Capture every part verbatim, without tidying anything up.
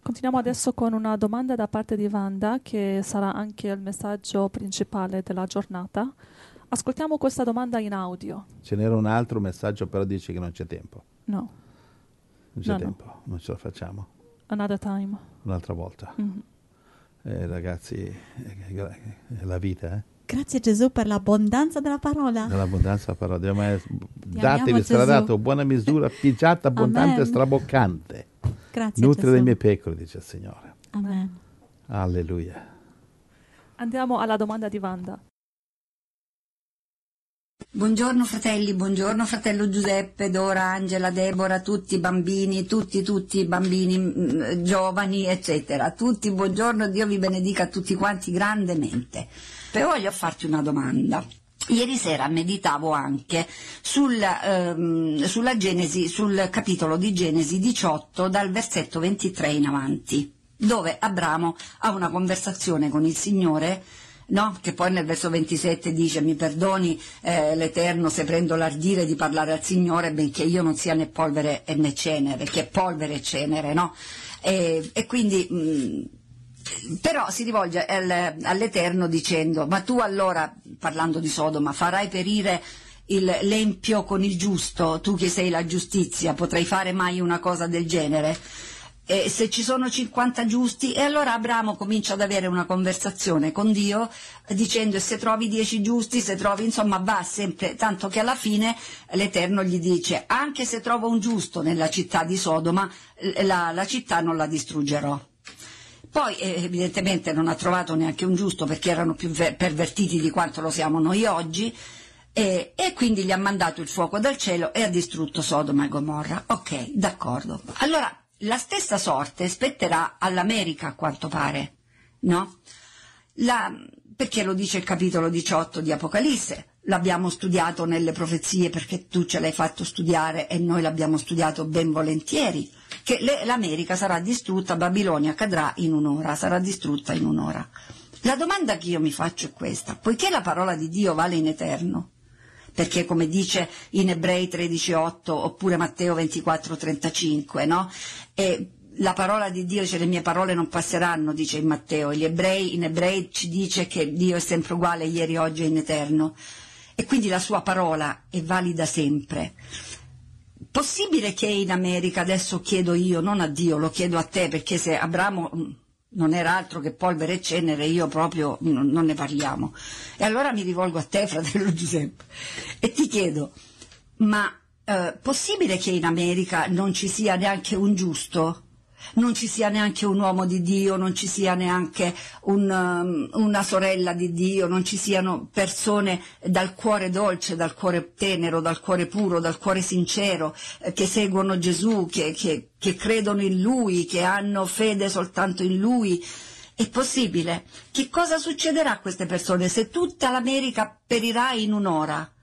Continuiamo adesso con una domanda da parte di Wanda, che sarà anche il messaggio principale della giornata. Ascoltiamo questa domanda in audio. Ce n'era un altro messaggio, però dice che non c'è tempo. No. Non c'è No, tempo, no. non ce la facciamo. Another time. Un'altra volta. Mm-hmm. Eh, ragazzi, è la vita, eh? Grazie Gesù per l'abbondanza della parola. Dell'abbondanza della parola. Dio, ma datevi, Gesù. sarà dato buona misura, pigiata, abbondante, Amen. straboccante. Grazie Nutre Gesù. le mie pecore, dice il Signore. Amen. Alleluia. Andiamo alla domanda di Wanda. Buongiorno fratelli, buongiorno fratello Giuseppe, Dora, Angela, Deborah, tutti i bambini, tutti, tutti i bambini mh, giovani, eccetera. Tutti, buongiorno, Dio vi benedica a tutti quanti grandemente. Però voglio farti una domanda. Ieri sera meditavo anche sul, ehm, sulla Genesi, sul capitolo di Genesi diciotto, dal versetto ventitré in avanti, dove Abramo ha una conversazione con il Signore, no? Che poi nel verso ventisette dice: mi perdoni eh, l'Eterno se prendo l'ardire di parlare al Signore, benché io non sia né polvere né cenere, che è polvere e cenere, no? E, e quindi mh, però si rivolge al, all'Eterno dicendo: ma tu allora, parlando di Sodoma, farai perire il, l'empio con il giusto, tu che sei la giustizia, potrai fare mai una cosa del genere? E se ci sono cinquanta giusti? E allora Abramo comincia ad avere una conversazione con Dio dicendo: e se trovi dieci giusti, se trovi, insomma va sempre, tanto che alla fine l'Eterno gli dice: anche se trovo un giusto nella città di Sodoma, la, la città non la distruggerò. Poi eh, evidentemente non ha trovato neanche un giusto, perché erano più ver- pervertiti di quanto lo siamo noi oggi, e, e quindi gli ha mandato il fuoco dal cielo e ha distrutto Sodoma e Gomorra. Ok, d'accordo. Allora la stessa sorte spetterà all'America, a quanto pare, no? La, perché lo dice il capitolo diciotto di Apocalisse, l'abbiamo studiato nelle profezie perché tu ce l'hai fatto studiare e noi l'abbiamo studiato ben volentieri, che le, l'America sarà distrutta, Babilonia cadrà in un'ora, sarà distrutta in un'ora. La domanda che io mi faccio è questa: poiché la parola di Dio vale in eterno, perché come dice in Ebrei tredici otto oppure Matteo ventiquattro trentacinque, no? E la parola di Dio dice: le mie parole non passeranno, dice in Matteo, gli ebrei, in Ebrei ci dice che Dio è sempre uguale ieri, oggi e in eterno, e quindi la sua parola è valida sempre. Possibile che in America, adesso chiedo io, non a Dio, lo chiedo a te, perché se Abramo non era altro che polvere e cenere, io proprio non, non ne parliamo. E allora mi rivolgo a te, fratello Giuseppe, e ti chiedo: ma eh, possibile che in America non ci sia neanche un giusto? Non ci sia neanche un uomo di Dio, non ci sia neanche un, um, una sorella di Dio, non ci siano persone dal cuore dolce, dal cuore tenero, dal cuore puro, dal cuore sincero, eh, che seguono Gesù, che, che, che credono in Lui, che hanno fede soltanto in Lui? È possibile? Che cosa succederà a queste persone se tutta l'America perirà in un'ora?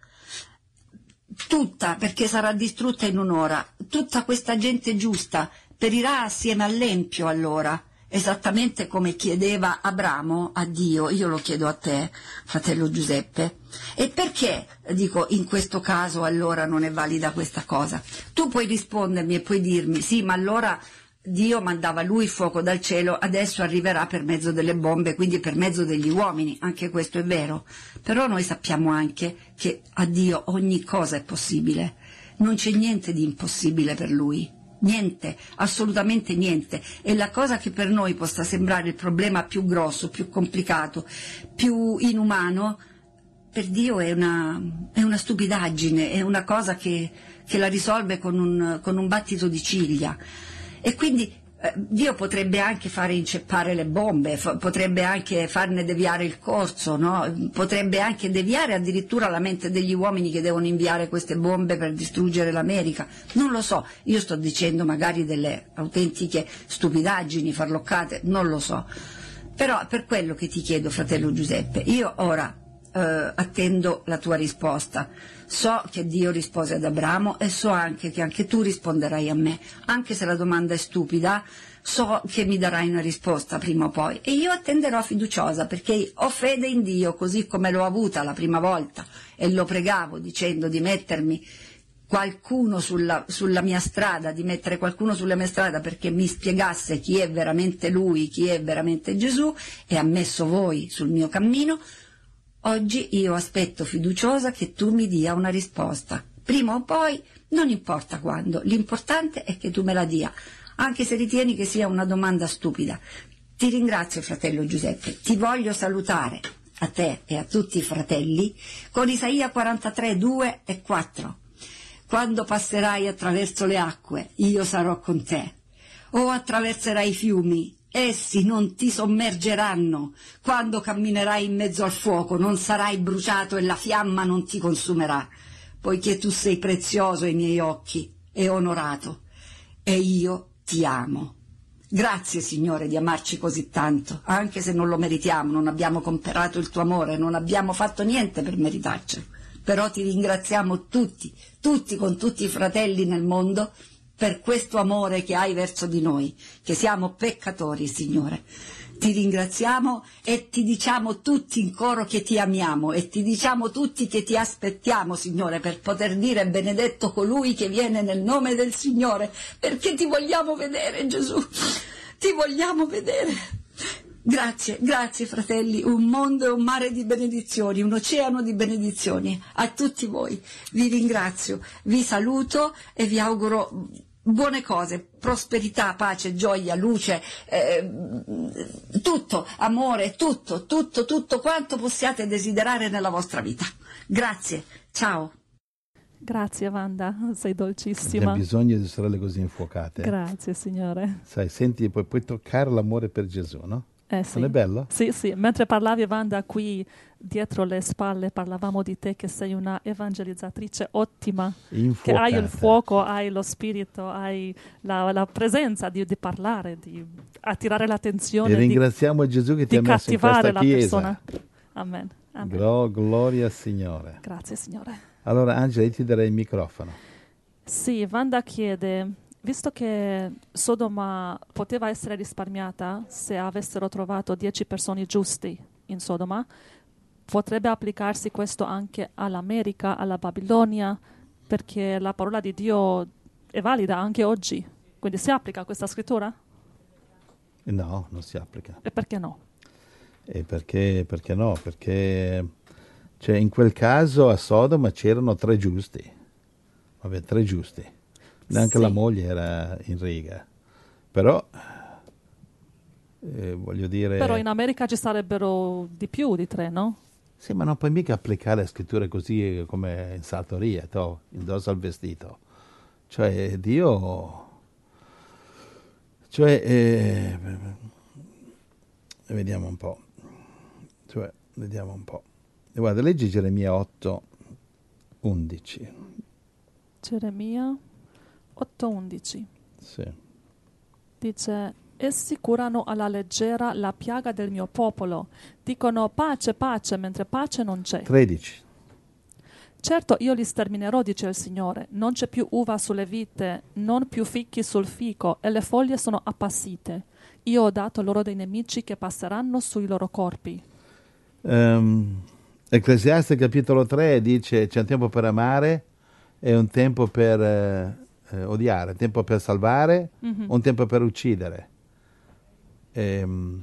Tutta, perché sarà distrutta in un'ora. Tutta questa gente giusta perirà assieme all'empio, allora, esattamente come chiedeva Abramo a Dio. Io lo chiedo a te, fratello Giuseppe. E perché, dico, in questo caso allora non è valida questa cosa? Tu puoi rispondermi e puoi dirmi: sì, ma allora Dio mandava lui il fuoco dal cielo, adesso arriverà per mezzo delle bombe, quindi per mezzo degli uomini. Anche questo è vero, però noi sappiamo anche che a Dio ogni cosa è possibile, non c'è niente di impossibile per lui. Niente, assolutamente niente. E la cosa che per noi possa sembrare il problema più grosso, più complicato, più inumano, per Dio è una, è una stupidaggine, è una cosa che, che la risolve con un, con un battito di ciglia. E quindi eh, Dio potrebbe anche fare inceppare le bombe, f- potrebbe anche farne deviare il corso, no? Potrebbe anche deviare addirittura la mente degli uomini che devono inviare queste bombe per distruggere l'America. Non lo so, io sto dicendo magari delle autentiche stupidaggini, farloccate, non lo so. Però per quello che ti chiedo, fratello Giuseppe, io ora eh, attendo la tua risposta. So che Dio rispose ad Abramo e so anche che anche tu risponderai a me, anche se la domanda è stupida, so che mi darai una risposta prima o poi, e io attenderò fiduciosa, perché ho fede in Dio, così come l'ho avuta la prima volta e lo pregavo dicendo di mettermi qualcuno sulla, sulla mia strada, di mettere qualcuno sulla mia strada perché mi spiegasse chi è veramente lui, chi è veramente Gesù, e ha messo voi sul mio cammino, oggi io aspetto fiduciosa che tu mi dia una risposta. Prima o poi, non importa quando, l'importante è che tu me la dia, anche se ritieni che sia una domanda stupida. Ti ringrazio, fratello Giuseppe, ti voglio salutare, a te e a tutti i fratelli, con Isaia quarantatré, due e quattro. Quando passerai attraverso le acque, io sarò con te. O attraverserai i fiumi, essi non ti sommergeranno. Quando camminerai in mezzo al fuoco, non sarai bruciato e la fiamma non ti consumerà, poiché tu sei prezioso ai miei occhi e onorato, e io ti amo. Grazie, Signore, di amarci così tanto, anche se non lo meritiamo, non abbiamo comperato il tuo amore, non abbiamo fatto niente per meritarcelo. Però ti ringraziamo tutti, tutti con tutti i fratelli nel mondo, per questo amore che hai verso di noi, che siamo peccatori, Signore. Ti ringraziamo e ti diciamo tutti in coro che ti amiamo e ti diciamo tutti che ti aspettiamo, Signore, per poter dire benedetto colui che viene nel nome del Signore, perché ti vogliamo vedere, Gesù, ti vogliamo vedere. Grazie, grazie fratelli, un mondo e un mare di benedizioni, un oceano di benedizioni a tutti voi. Vi ringrazio, vi saluto e vi auguro buone cose, prosperità, pace, gioia, luce, eh, tutto, amore, tutto, tutto, tutto quanto possiate desiderare nella vostra vita. Grazie, ciao. Grazie Wanda, sei dolcissima. Abbiamo bisogno di sorelle così infuocate. Grazie Signore. Sai, senti, puoi, puoi toccare l'amore per Gesù, no? Eh, sì. Non è bello? Sì, sì. Mentre parlavi, Wanda, qui dietro le spalle parlavamo di te che sei una evangelizzatrice ottima, Infuocata. che hai il fuoco, hai lo spirito, hai la, la presenza di, di parlare, di attirare l'attenzione, E ringraziamo di, Gesù che ti di ha messo in questa cattivare la chiesa. persona. Amen. Amen. Glo- gloria al Signore. Grazie Signore. Allora Angela, io ti darei il microfono. Sì, Wanda chiede, visto che Sodoma poteva essere risparmiata se avessero trovato dieci persone giuste in Sodoma, potrebbe applicarsi questo anche all'America, alla Babilonia, perché la parola di Dio è valida anche oggi. Quindi si applica questa scrittura? No, non si applica. E perché no? E perché, perché no? Perché cioè, in quel caso a Sodoma c'erano tre giusti. Vabbè, tre giusti. Neanche Sì. la moglie era in riga. Però, eh, voglio dire... Però in America ci sarebbero di più di tre, no? Sì, ma non puoi mica applicare le scritture così come in sartoria, to, indossa il vestito. Cioè, Dio... Cioè, eh, vediamo un po'. Cioè, vediamo un po'. Guarda, leggi Geremia otto, undici. Geremia otto undici. Sì. Dice, essi curano alla leggera la piaga del mio popolo. Dicono pace, pace, mentre pace non c'è. tredici. Certo io li sterminerò, dice il Signore. Non c'è più uva sulle vite, non più fichi sul fico, e le foglie sono appassite. Io ho dato loro dei nemici che passeranno sui loro corpi. Um, Ecclesiaste capitolo tre dice c'è un tempo per amare e un tempo per eh, eh, odiare, un tempo per salvare, Mm-hmm. un tempo per uccidere. Ehm,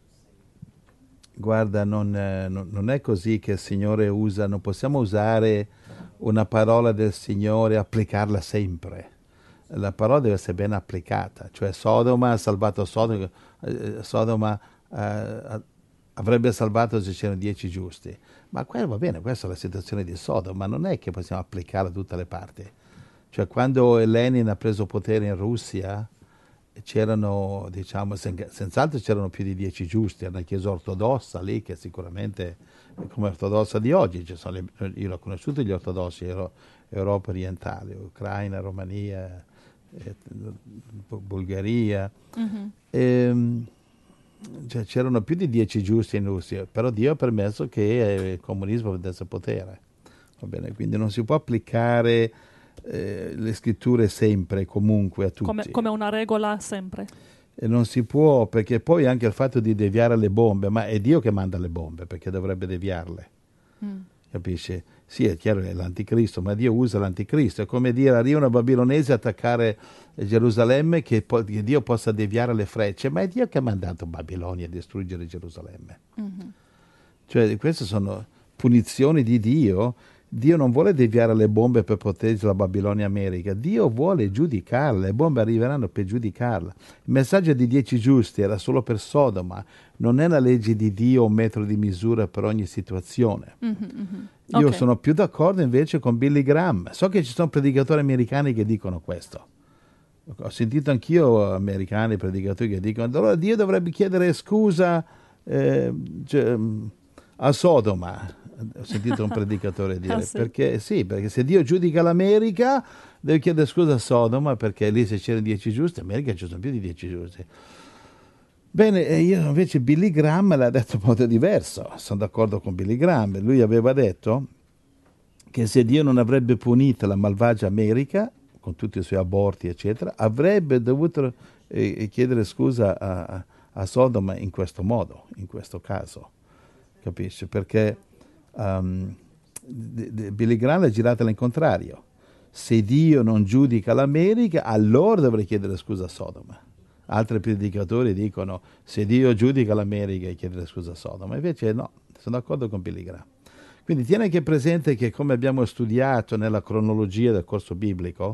guarda, non, eh, non, non è così che il Signore usa, non possiamo usare una parola del Signore e applicarla sempre. La parola deve essere ben applicata, cioè Sodoma ha salvato Sodoma, eh, Sodoma eh, avrebbe salvato se c'erano dieci giusti, ma quello va bene, questa è la situazione di Sodoma, non è che possiamo applicarla a tutte le parti. Cioè quando Lenin ha preso potere in Russia c'erano, diciamo, sen- senz'altro c'erano più di dieci giusti, era una chiesa ortodossa lì che sicuramente è come ortodossa di oggi, ci sono le, io l'ho conosciuto gli ortodossi, ero, Europa orientale, Ucraina, Romania, eh, Bulgaria, Mm-hmm. e, cioè, c'erano più di dieci giusti in Russia, però Dio ha permesso che il comunismo avesse potere, va bene? Quindi non si può applicare eh, le scritture sempre, comunque, a tutti. Come, come una regola sempre. E non si può, perché poi anche il fatto di deviare le bombe, ma è Dio che manda le bombe, perché dovrebbe deviarle, Mm. capisci? Sì, è chiaro, è l'anticristo, ma Dio usa l'anticristo. È come dire, arrivano i babilonesi a attaccare Gerusalemme, che, po- che Dio possa deviare le frecce, ma è Dio che ha mandato Babilonia a distruggere Gerusalemme. Mm-hmm. Cioè, queste sono punizioni di Dio. Dio non vuole deviare le bombe per proteggere la Babilonia America, Dio vuole giudicarla, le bombe arriveranno per giudicarla. Il messaggio di dieci giusti era solo per Sodoma, non è la legge di Dio un metro di misura per ogni situazione. Mm-hmm, mm-hmm. Io okay. sono più d'accordo invece con Billy Graham. So che ci sono predicatori americani che dicono questo. Ho sentito anch'io americani predicatori che dicono allora Dio dovrebbe chiedere scusa eh, cioè, a Sodoma. Ho sentito un predicatore dire, ah, sì? perché sì, perché se Dio giudica l'America deve chiedere scusa a Sodoma, perché lì se c'erano dieci giusti, in America ci sono più di dieci giusti. Bene, io invece Billy Graham l'ha detto in modo diverso, sono d'accordo con Billy Graham, lui aveva detto che se Dio non avrebbe punito la malvagia America, con tutti i suoi aborti eccetera, avrebbe dovuto eh, chiedere scusa a, a Sodoma in questo modo, in questo caso, capisci? Perché Um, de, de Billy Graham è girata in contrario. Se Dio non giudica l'America, allora dovrei chiedere scusa a Sodoma. Altri predicatori dicono se Dio giudica l'America e chiedere scusa a Sodoma. Invece no, sono d'accordo con Billy Graham. Quindi tieni anche presente che, come abbiamo studiato nella cronologia del corso biblico,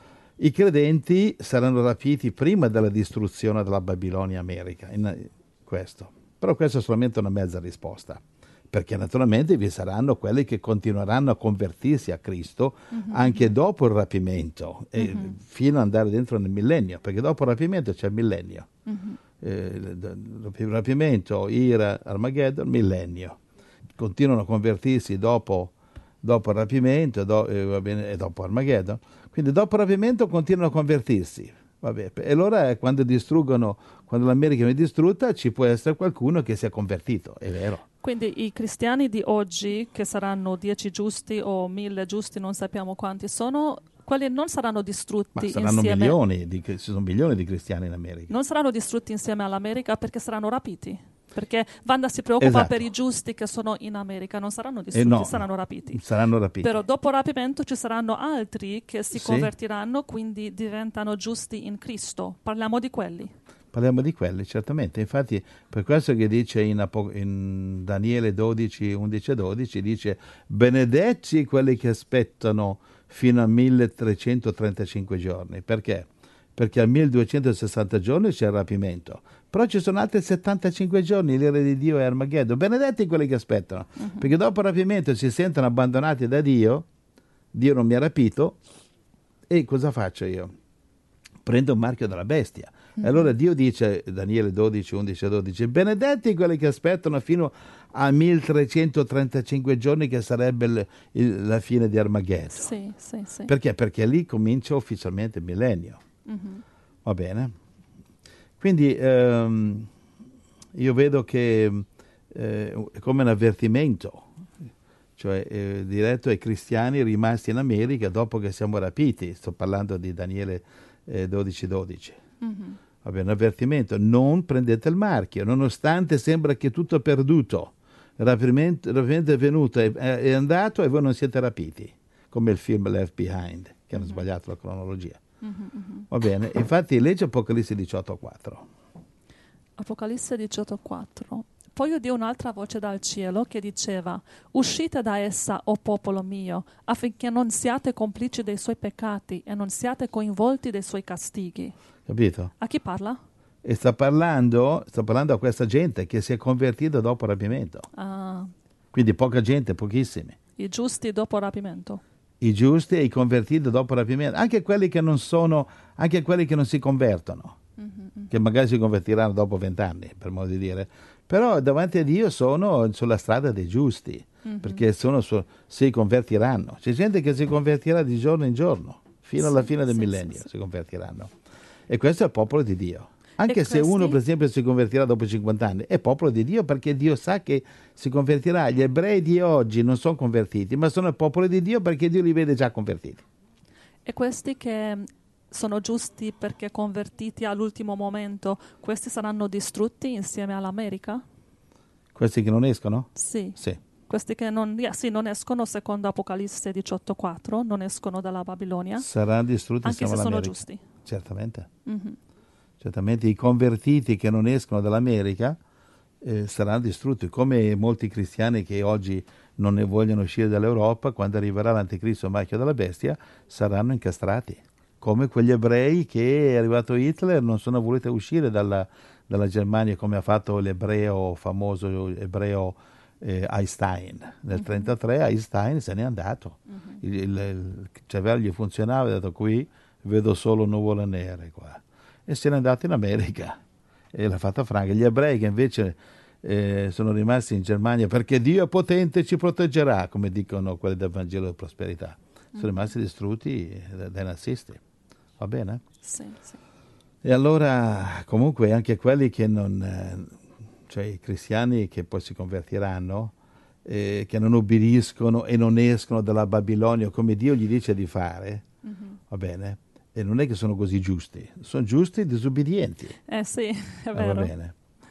i credenti saranno rapiti prima della distruzione della Babilonia America. In questo. Però questa è solamente una mezza risposta. Perché naturalmente vi saranno quelli che continueranno a convertirsi a Cristo uh-huh. anche dopo il rapimento, e uh-huh. fino ad andare dentro nel millennio, perché dopo il rapimento c'è il millennio. Uh-huh. Eh, il rapimento, Ira, Armageddon, millennio. Continuano a convertirsi dopo, dopo il rapimento e, do, eh, va bene, e dopo Armageddon. Quindi dopo il rapimento continuano a convertirsi. Vabbè, e allora quando distruggono, quando l'America viene distrutta, ci può essere qualcuno che si è convertito, è vero. Quindi i cristiani di oggi, che saranno dieci giusti o mille giusti, non sappiamo quanti sono, quelli non saranno distrutti Ma saranno insieme. milioni, di, ci sono milioni di cristiani in America. Non saranno distrutti insieme all'America perché saranno rapiti. Perché Wanda si preoccupa esatto. per i giusti che sono in America, non saranno distrutti, eh no, saranno rapiti. Saranno rapiti. Però dopo il rapimento ci saranno altri che si sì. convertiranno, quindi diventano giusti in Cristo. Parliamo di quelli. Parliamo di quelli, certamente. Infatti, per questo che dice in, Apo- in Daniele dodici, undici e dodici, dice benedetti quelli che aspettano fino a milletrecentotrentacinque giorni. Perché? Perché a milleduecentosessanta giorni c'è il rapimento. Però ci sono altri settantacinque giorni, l'ira di Dio è Armageddon. Benedetti quelli che aspettano. Uh-huh. Perché dopo il rapimento si sentono abbandonati da Dio, Dio non mi ha rapito, e cosa faccio io? Prendo un marchio della bestia. E allora Dio dice, Daniele dodici, undici e dodici, benedetti quelli che aspettano fino a milletrecentotrentacinque giorni, che sarebbe il, il, la fine di Armageddon. Sì, sì, sì. Perché? Perché lì comincia ufficialmente il millennio. Uh-huh. Va bene? Quindi ehm, io vedo che eh, è come un avvertimento, cioè eh, diretto ai cristiani rimasti in America dopo che siamo rapiti. Sto parlando di Daniele eh, dodici dodici. Uh-huh. Vabbè, un avvertimento, non prendete il marchio, nonostante sembra che tutto è perduto. Il rapimento, il rapimento è venuto, è, è andato e voi non siete rapiti, come il film Left Behind, che hanno uh-huh. sbagliato la cronologia. Uh-huh, uh-huh. Va bene, infatti legge Apocalisse diciotto quattro. Apocalisse diciotto quattro. Poi udì un'altra voce dal cielo che diceva: uscite da essa, o popolo mio, affinché non siate complici dei suoi peccati e non siate coinvolti dei suoi castighi. Capito? A chi parla? E sta parlando, sta parlando a questa gente che si è convertita dopo il rapimento. Ah. Quindi poca gente, pochissimi. I giusti dopo il rapimento. I giusti e i convertiti dopo il rapimento. Anche quelli che non sono, anche quelli che non si convertono. Mm-hmm. Che magari si convertiranno dopo vent'anni, per modo di dire. Però davanti a Dio sono sulla strada dei giusti, mm-hmm. perché sono su, si convertiranno. C'è gente che si convertirà di giorno in giorno, fino sì, alla fine del sì, millennio sì, si convertiranno. E questo è il popolo di Dio. Anche e se questi... uno, per esempio, si convertirà dopo cinquanta anni, è popolo di Dio, perché Dio sa che si convertirà. Gli ebrei di oggi non sono convertiti, ma sono il popolo di Dio perché Dio li vede già convertiti. E questi che sono giusti perché convertiti all'ultimo momento, questi saranno distrutti insieme all'America? Questi che non escono? Sì. Sì. Questi che non, yeah, sì, non escono secondo Apocalisse diciotto quattro, non escono dalla Babilonia, saranno distrutti anche insieme se sono all'America. giusti. Certamente. Mhm. Certamente i convertiti che non escono dall'America eh, saranno distrutti, come molti cristiani che oggi non ne vogliono uscire dall'Europa, quando arriverà l'anticristo marchio della bestia, saranno incastrati. Come quegli ebrei che è arrivato Hitler non sono voluti uscire dalla, dalla Germania, come ha fatto l'ebreo famoso ebreo eh, Einstein. Nel trentatré Einstein se n'è andato. Mhm. Il, il, il cervello gli funzionava, ha detto qui vedo solo nuvole nere qua. E se n'è andato in America e l'ha fatta franca. Gli ebrei che invece eh, sono rimasti in Germania perché Dio è potente e ci proteggerà, come dicono quelli del Vangelo della Prosperità, sono Mhm. rimasti distrutti dai, dai nazisti. Va bene? Sì, sì. E allora comunque anche quelli che non, eh, cioè i cristiani che poi si convertiranno, eh, che non obbediscono e non escono dalla Babilonia come Dio gli dice di fare, Mhm. va bene? E non è che sono così giusti, sono giusti e disobbedienti. Eh sì, è Ah, va vero. bene.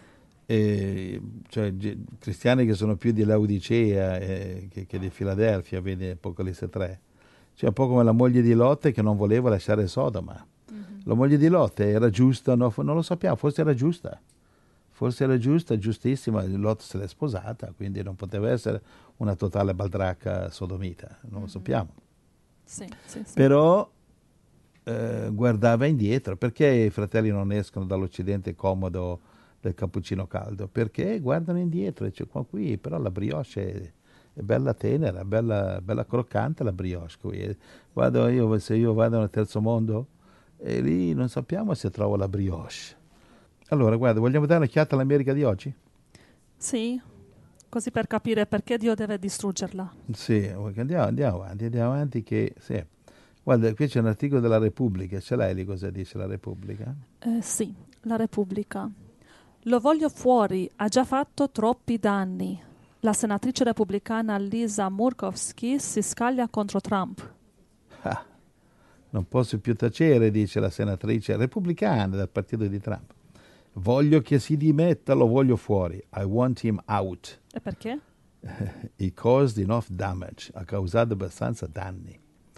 E, cioè, ge- cristiani che sono più di Laodicea eh, che, che di Filadelfia, vedi Apocalisse tre. Cioè un po' come la moglie di Lot che non voleva lasciare Sodoma. Mhm. La moglie di Lot era giusta? No, non lo sappiamo, forse era giusta. Forse era giusta, giustissima, Lot se l'è sposata, quindi non poteva essere una totale baldracca sodomita, non lo Mhm. sappiamo. Sì, sì, sì. Però eh, guardava indietro. Perché i fratelli non escono dall'Occidente comodo del cappuccino caldo? Perché guardano indietro, dice qua qui, però la brioche è, è bella tenera, bella, bella croccante la brioche qui. Vado io, se io vado nel terzo mondo, e lì non sappiamo se trovo la brioche. Allora, guarda, vogliamo dare un'occhiata all'America di oggi? Sì, così per capire perché Dio deve distruggerla. Sì, andiamo, andiamo avanti, andiamo avanti che... Sì. Guarda, qui c'è un articolo della Repubblica, ce l'hai lì cosa dice la Repubblica? Eh, sì, la Repubblica. Lo voglio fuori, ha già fatto troppi danni. La senatrice repubblicana Lisa Murkowski si scaglia contro Trump. Ah, non posso più tacere, dice la senatrice repubblicana del partito di Trump. Voglio che si dimetta, lo voglio fuori. I want him out. E perché? He caused enough damage, ha causato abbastanza danni.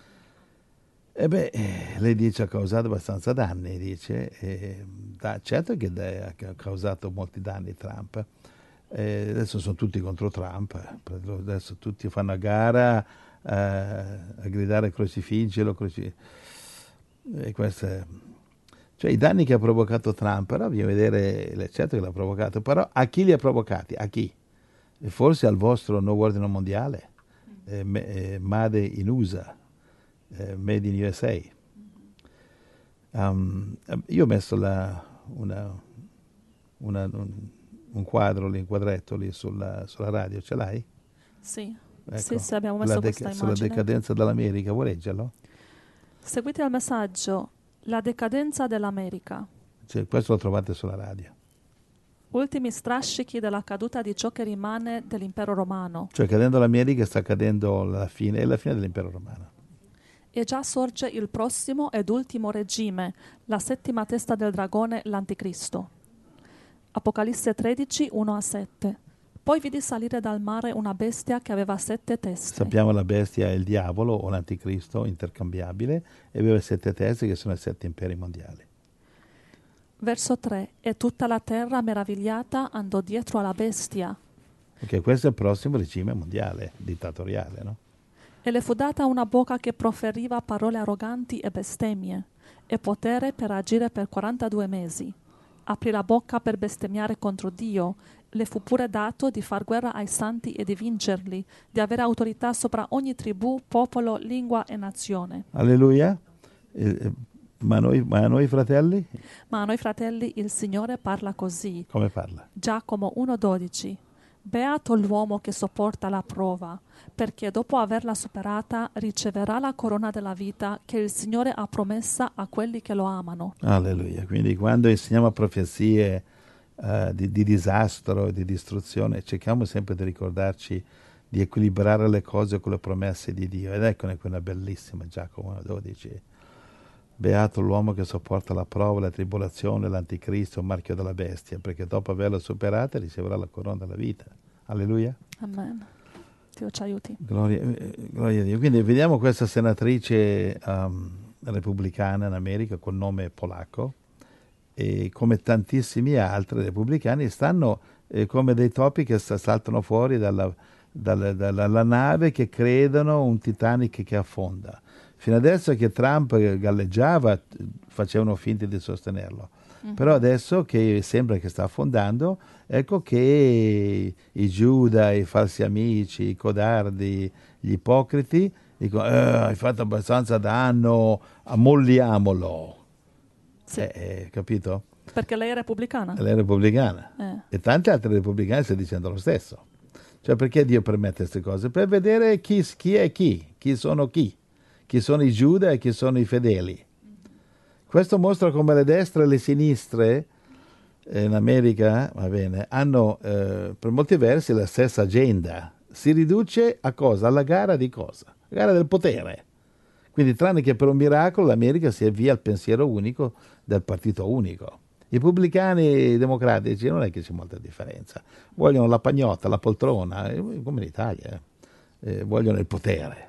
E beh, lei dice ha causato abbastanza danni, dice, e, da, certo che da, ha causato molti danni Trump. E adesso sono tutti contro Trump, adesso tutti fanno a gara eh, a gridare crocifiggelo, croci... e questo è... Cioè i danni che ha provocato Trump, però bisogna vedere, certo che l'ha provocato, però a chi li ha provocati? A chi? E forse al vostro nuovo ordine mondiale, eh, eh, Made in U S A. Uh, made in U S A. Um, io ho messo la, una, una, un, un quadro lì, un quadretto lì sulla, sulla radio, ce l'hai? Sì, Ecco, sì, sì, abbiamo messo la questa deca- sulla immagine. decadenza dell'America, vuoi leggerlo? Seguite il messaggio. La decadenza dell'America. Cioè, questo lo trovate sulla radio. Ultimi strascichi della caduta di ciò che rimane dell'impero romano. Cioè, cadendo l'America sta cadendo la fine, è la fine dell'impero romano. E già sorge il prossimo ed ultimo regime, la settima testa del dragone, l'Anticristo. Apocalisse tredici, uno a sette. Poi vidi salire dal mare una bestia che aveva sette teste. Sappiamo la bestia è il diavolo o l'anticristo intercambiabile e aveva sette teste che sono i sette imperi mondiali. Verso tre. E tutta la terra meravigliata andò dietro alla bestia. Ok, questo è il prossimo regime mondiale, dittatoriale, no? E le fu data una bocca che proferiva parole arroganti e bestemmie, e potere per agire per quarantadue mesi. Aprì la bocca per bestemmiare contro Dio. Le fu pure dato di far guerra ai santi e di vincerli, di avere autorità sopra ogni tribù, popolo, lingua e nazione. Alleluia. Eh, ma, noi, ma a noi fratelli? Ma a noi fratelli il Signore parla così. Come parla? Giacomo uno dodici. Beato l'uomo che sopporta la prova, perché dopo averla superata riceverà la corona della vita che il Signore ha promessa a quelli che lo amano. Alleluia. Quindi quando insegniamo profezie uh, di, di disastro, di distruzione, cerchiamo sempre di ricordarci di equilibrare le cose con le promesse di Dio. Ed eccone qui una bellissima, Giacomo uno dodici. Beato l'uomo che sopporta la prova, la tribolazione, l'anticristo, il marchio della bestia, perché dopo averla superata riceverà la corona della vita. Alleluia. Amen. Dio ci aiuti. Gloria, eh, gloria a Dio. Quindi vediamo questa senatrice um, repubblicana in America col nome polacco, e come tantissimi altri repubblicani stanno eh, come dei topi che sta- saltano fuori dalla, dalla, dalla- dalla nave, che credono un Titanic che affonda. Fino adesso che Trump galleggiava facevano finta di sostenerlo, mm-hmm. però adesso che sembra che sta affondando, ecco che i Giuda, i falsi amici, i codardi, gli ipocriti dicono eh, hai fatto abbastanza danno, ammolliamolo. Sì. Eh, eh, capito? Perché lei è repubblicana. Lei è repubblicana. Eh. E tanti altri repubblicani stanno dicendo lo stesso. Cioè, perché Dio permette queste cose? Per vedere chi, chi è chi, chi sono chi, chi sono i Giuda e chi sono i fedeli. Questo mostra come le destre e le sinistre eh, in America, va bene, hanno eh, per molti versi la stessa agenda. Si riduce a cosa? Alla gara di cosa? La gara del potere. Quindi, tranne che per un miracolo, l'America si avvia al pensiero unico del partito unico. I repubblicani democratici non è che c'è molta differenza. Vogliono la pagnotta, la poltrona, come in Italia. Eh, vogliono il potere.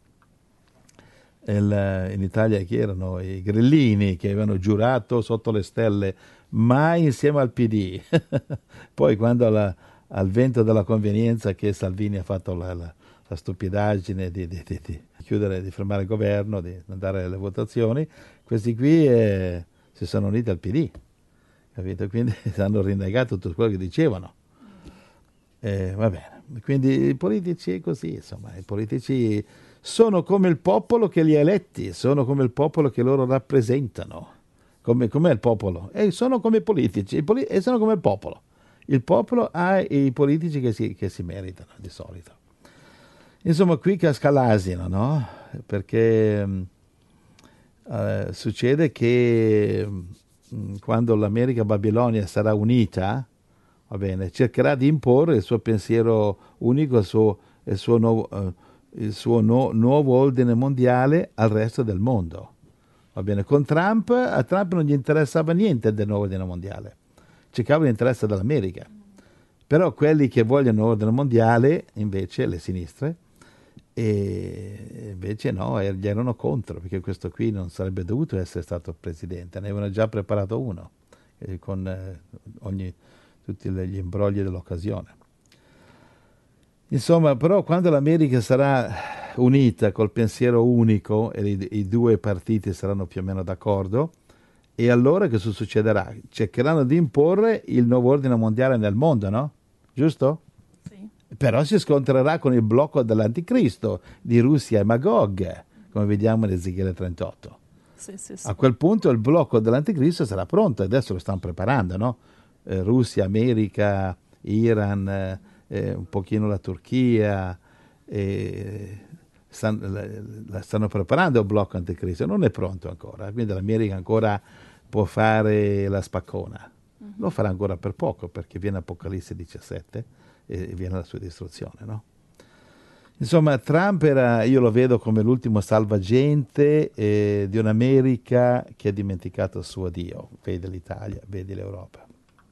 Il, in Italia chi erano? I grillini che avevano giurato sotto le stelle, mai insieme al P D. Poi, quando la, al vento della convenienza, che Salvini ha fatto la, la, la stupidaggine di, di, di, di chiudere, di fermare il governo, di andare alle votazioni, questi qui eh, si sono uniti al P D, capito? Quindi hanno rinnegato tutto quello che dicevano. Eh, va bene, quindi i politici è così, insomma, i politici sono come il popolo che li ha eletti, sono come il popolo che loro rappresentano. Come, com'è il popolo? E sono come i politici, i poli- e sono come il popolo. Il popolo ha i politici che si, che si meritano, di solito. Insomma, qui casca l'asino, no? Perché mh, eh, succede che mh, quando l'America Babilonia sarà unita, va bene, cercherà di imporre il suo pensiero unico, il suo, il suo, nuovo, eh, il suo no, nuovo ordine mondiale al resto del mondo. Va bene, con Trump, a Trump non gli interessava niente del nuovo ordine mondiale, cercava l'interesse dell'America. Però quelli che vogliono l'ordine mondiale, invece, le sinistre, e invece no, gli erano contro, perché questo qui non sarebbe dovuto essere stato presidente, ne avevano già preparato uno, eh, con eh, ogni, tutti gli imbrogli dell'occasione. Insomma, però quando l'America sarà unita col pensiero unico e i, i due partiti saranno più o meno d'accordo, e allora che succederà? Cercheranno di imporre il nuovo ordine mondiale nel mondo, no? Giusto? Sì. Però si scontrerà con il blocco dell'anticristo di Russia e Magog, come vediamo in Ezechiele trentotto. Sì, sì, sì. A quel punto il blocco dell'anticristo sarà pronto, adesso lo stanno preparando, no? Eh, Russia, America, Iran, eh, eh, un pochino la Turchia, eh, stanno, la, la stanno preparando il blocco anticristo, non è pronto ancora, quindi l'America ancora può fare la spaccona. Mm-hmm. Lo farà ancora per poco, perché viene Apocalisse diciassette e viene la sua distruzione, no? Insomma, Trump era, io lo vedo come l'ultimo salvagente eh, di un'America che ha dimenticato il suo Dio. Vedi l'Italia, vedi l'Europa.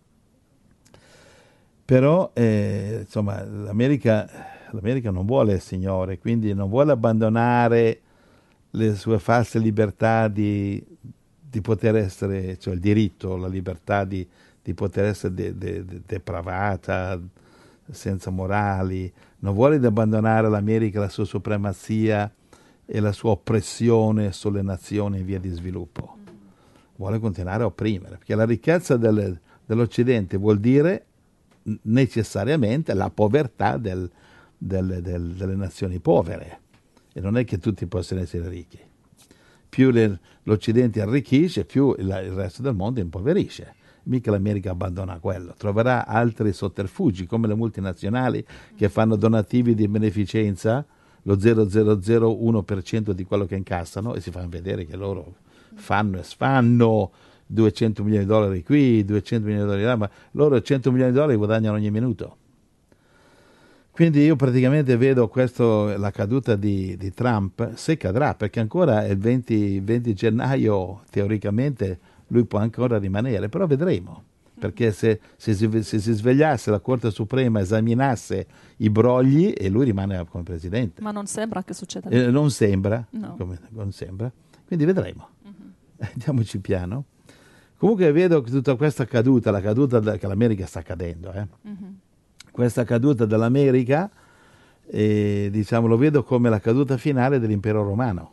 Però, eh, insomma, l'America, l'America non vuole il Signore, quindi non vuole abbandonare le sue false libertà di, di poter essere, cioè il diritto, la libertà di, di poter essere de, de, de, depravata, senza morali. Non vuole abbandonare l'America, la sua supremazia e la sua oppressione sulle nazioni in via di sviluppo. Vuole continuare a opprimere, perché la ricchezza del, dell'Occidente vuol dire necessariamente la povertà del, del, del, delle nazioni povere, e non è che tutti possono essere ricchi. Più le, l'Occidente arricchisce, più il, il resto del mondo impoverisce. Mica l'America abbandona quello, troverà altri sotterfugi come le multinazionali che fanno donativi di beneficenza, lo zero virgola zero zero uno per cento di quello che incassano, e si fanno vedere che loro fanno e sfanno duecento milioni di dollari qui, duecento milioni di dollari là, ma loro cento milioni di dollari guadagnano ogni minuto. Quindi io praticamente vedo questo, la caduta di, di Trump, se cadrà, perché ancora è il venti, venti gennaio, teoricamente lui può ancora rimanere, però vedremo. perché se, se, si, se si svegliasse la Corte Suprema, esaminasse i brogli e lui rimane come presidente. Ma non sembra che succeda. Eh, non sembra, No. come, non sembra, quindi vedremo. Uh-huh. Andiamoci piano. Comunque vedo che tutta questa caduta, la caduta da, che l'America sta cadendo, eh. Uh-huh. Questa caduta dell'America, eh, diciamo, lo vedo come la caduta finale dell'impero romano,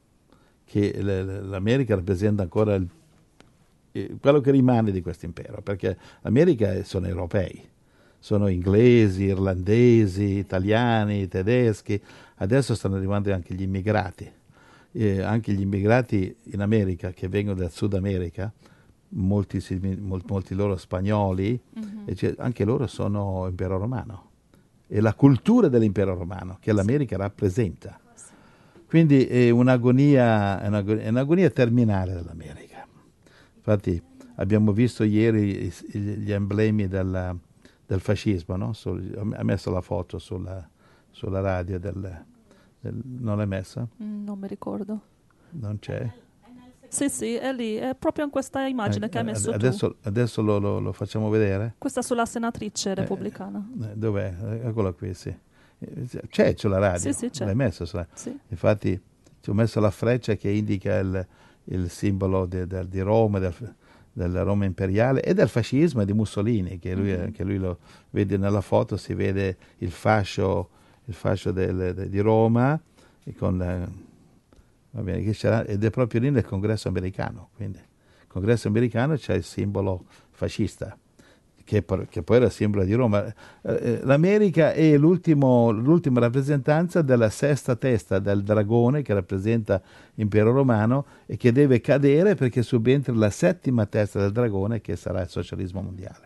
che l- l'America rappresenta ancora il, eh, quello che rimane di questo impero, perché l'America sono europei, sono inglesi, irlandesi, italiani, tedeschi, adesso stanno arrivando anche gli immigrati, eh, anche gli immigrati in America che vengono dal Sud America, molti, molti, molti loro spagnoli, mm-hmm. e cioè, anche loro sono impero romano, e la cultura dell'impero romano che l'America rappresenta. Quindi è un'agonia, è un'agonia, è un'agonia terminale dell'America. Infatti abbiamo visto ieri gli emblemi del, del fascismo, no? Sul, ha messo la foto sulla, sulla radio, del, del, non l'hai messa? Mm, non mi ricordo. Non c'è? Sì, sì, è lì, è proprio in questa immagine eh, che hai messo adesso, tu. Adesso lo, lo, lo facciamo vedere? Questa sulla senatrice repubblicana. Eh, dov'è? Eccola qui, sì. C'è sulla radio? Sì, sì, c'è. L'hai messo sulla... Sì. Infatti ci ho messo la freccia che indica il, il simbolo de, de, di Roma, del, della Roma imperiale e del fascismo e di Mussolini, che lui, mm-hmm. che lui lo vede nella foto, si vede il fascio, il fascio del, de, di Roma, e con la, va bene, che c'era, ed è proprio lì nel congresso americano, quindi il congresso americano c'è il simbolo fascista, che, che poi era il simbolo di Roma. Eh, L'America è l'ultimo, l'ultima rappresentanza della sesta testa del dragone che rappresenta l'impero romano e che deve cadere perché subentra la settima testa del dragone che sarà il socialismo mondiale.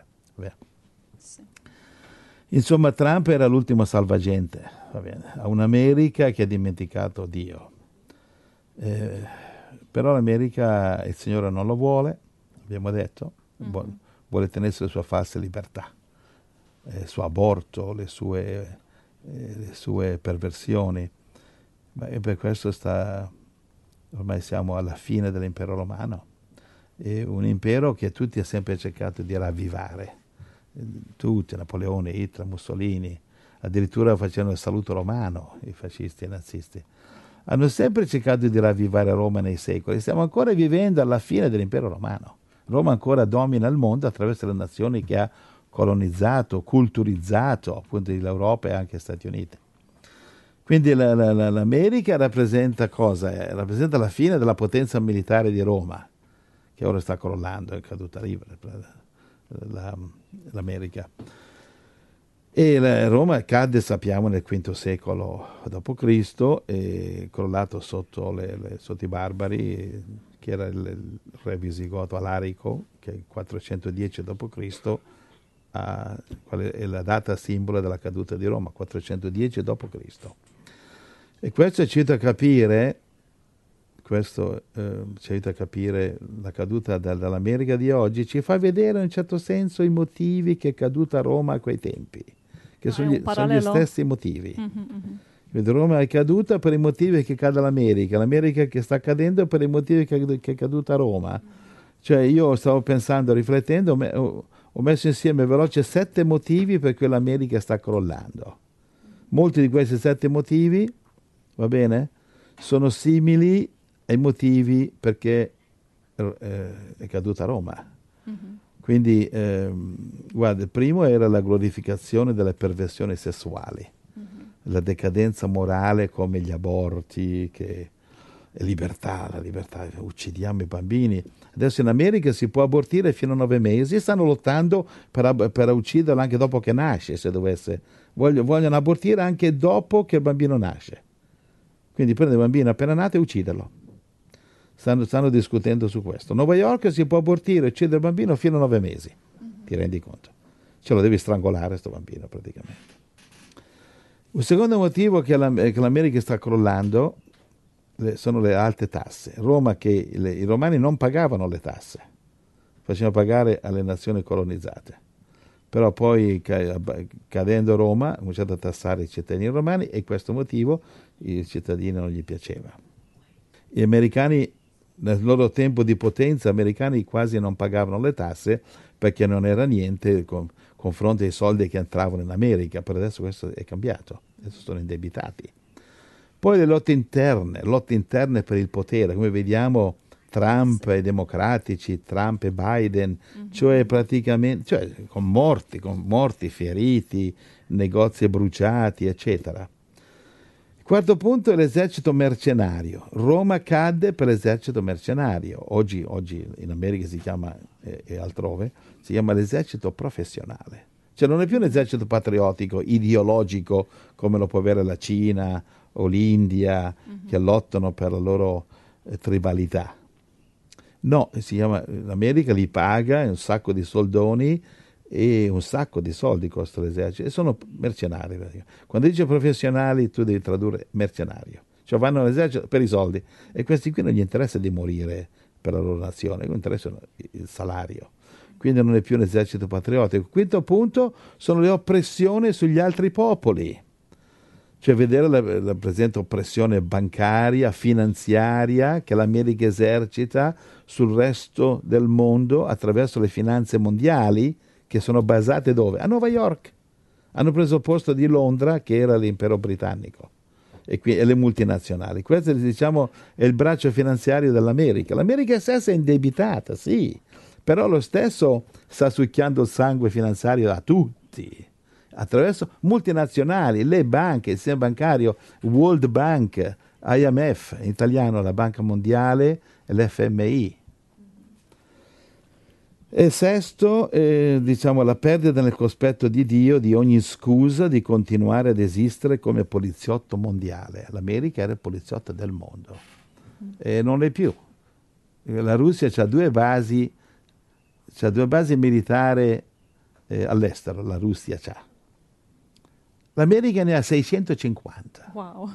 Sì. Insomma, Trump era l'ultimo salvagente, va bene, a un'America che ha dimenticato Dio. Eh, però l'America il Signore non lo vuole, abbiamo detto, mm-hmm. vuole, vuole tenersi le sue false libertà, eh, il suo aborto, le sue, eh, le sue perversioni. Ma e per questo sta, ormai siamo alla fine dell'impero romano, è un impero che tutti ha sempre cercato di ravvivare, tutti, Napoleone, Hitler, Mussolini, addirittura facevano il saluto romano, i fascisti e i nazisti. Hanno sempre cercato di ravvivare Roma nei secoli. Stiamo ancora vivendo alla fine dell'impero romano. Roma ancora domina il mondo attraverso le nazioni che ha colonizzato, culturizzato, appunto l'Europa e anche gli Stati Uniti. Quindi la, la, la, l'America rappresenta cosa? Eh, rappresenta la fine della potenza militare di Roma, che ora sta crollando, è caduta libera la, l'America. E la Roma cadde, sappiamo, nel quinto secolo dopo Cristo, e crollato sotto, le, le, sotto i barbari, che era il, il re visigoto Alarico, che è quattrocentodieci dopo Cristo, a, qual è la data simbolo della caduta di Roma, quattrocentodieci dopo Cristo. E questo ci aiuta a capire, questo eh, ci aiuta a capire la caduta da, dall'America di oggi, ci fa vedere in un certo senso i motivi che è caduta Roma a quei tempi, che ah, sono, gli, sono gli stessi motivi. Mm-hmm, mm-hmm. Roma è caduta per i motivi che cade l'America, l'America che sta cadendo per i motivi che, che è caduta Roma. Cioè io stavo pensando, riflettendo, ho, ho messo insieme veloce sette motivi per cui l'America sta crollando. Molti di questi sette motivi, va bene, sono simili ai motivi perché eh, è caduta Roma. Mm-hmm. Quindi, eh, guarda, il primo era la glorificazione delle perversioni sessuali, mm-hmm. la decadenza morale come gli aborti, che è libertà, la libertà, uccidiamo i bambini. Adesso in America si può abortire fino a nove mesi, stanno lottando per, per ucciderlo anche dopo che nasce, se dovesse. Voglio, vogliono abortire anche dopo che il bambino nasce. Quindi prende il bambino appena nato e ucciderlo. Stanno, stanno discutendo su questo. Nuova York si può abortire e uccidere il bambino fino a nove mesi, mm-hmm. ti rendi conto? Ce lo devi strangolare questo bambino praticamente. Un secondo motivo che, la, che l'America sta crollando le, sono le alte tasse. Roma, che le, i romani non pagavano le tasse, facevano pagare alle nazioni colonizzate. Però poi cadendo Roma ha cominciato a tassare i cittadini romani e questo motivo i cittadini non gli piaceva. Gli americani nel loro tempo di potenza, gli americani quasi non pagavano le tasse perché non era niente con, confronto ai soldi che entravano in America, per adesso questo è cambiato, adesso sono indebitati. Poi le lotte interne, lotte interne per il potere, come vediamo Trump e democratici, Trump e Biden, mm-hmm. cioè praticamente cioè, con morti, con morti, feriti, negozi bruciati, eccetera. Quarto punto è l'esercito mercenario. Roma cadde per l'esercito mercenario. Oggi, oggi in America si chiama, e, e altrove, si chiama l'esercito professionale. Cioè non è più un esercito patriottico, ideologico, come lo può avere la Cina o l'India, mm-hmm. che lottano per la loro eh, tribalità. No, si chiama, l'America li paga un sacco di soldoni e un sacco di soldi costa l'esercito e sono mercenari. Quando dice professionali tu devi tradurre mercenario, cioè vanno all'esercito per i soldi e questi qui non gli interessa di morire per la loro nazione, gli interessa il salario, quindi non è più un esercito patriottico. Quinto punto sono le oppressioni sugli altri popoli, cioè vedere la, la presente oppressione bancaria, finanziaria che l'America esercita sul resto del mondo attraverso le finanze mondiali che sono basate dove? A New York. Hanno preso il posto di Londra, che era l'impero britannico, e, qui, e le multinazionali. Questo, diciamo, è il braccio finanziario dell'America. L'America stessa è indebitata, sì, però lo stesso sta succhiando il sangue finanziario a tutti, attraverso multinazionali, le banche, il sistema bancario, World Bank, I M F, in italiano la Banca Mondiale e l'F M I. E sesto, eh, diciamo, la perdita nel cospetto di Dio di ogni scusa di continuare ad esistere come poliziotto mondiale. L'America era il poliziotto del mondo e non è più. La Russia ha due basi, c'ha due basi militari eh, all'estero, la Russia c'ha. L'America ne ha seicentocinquanta. Wow.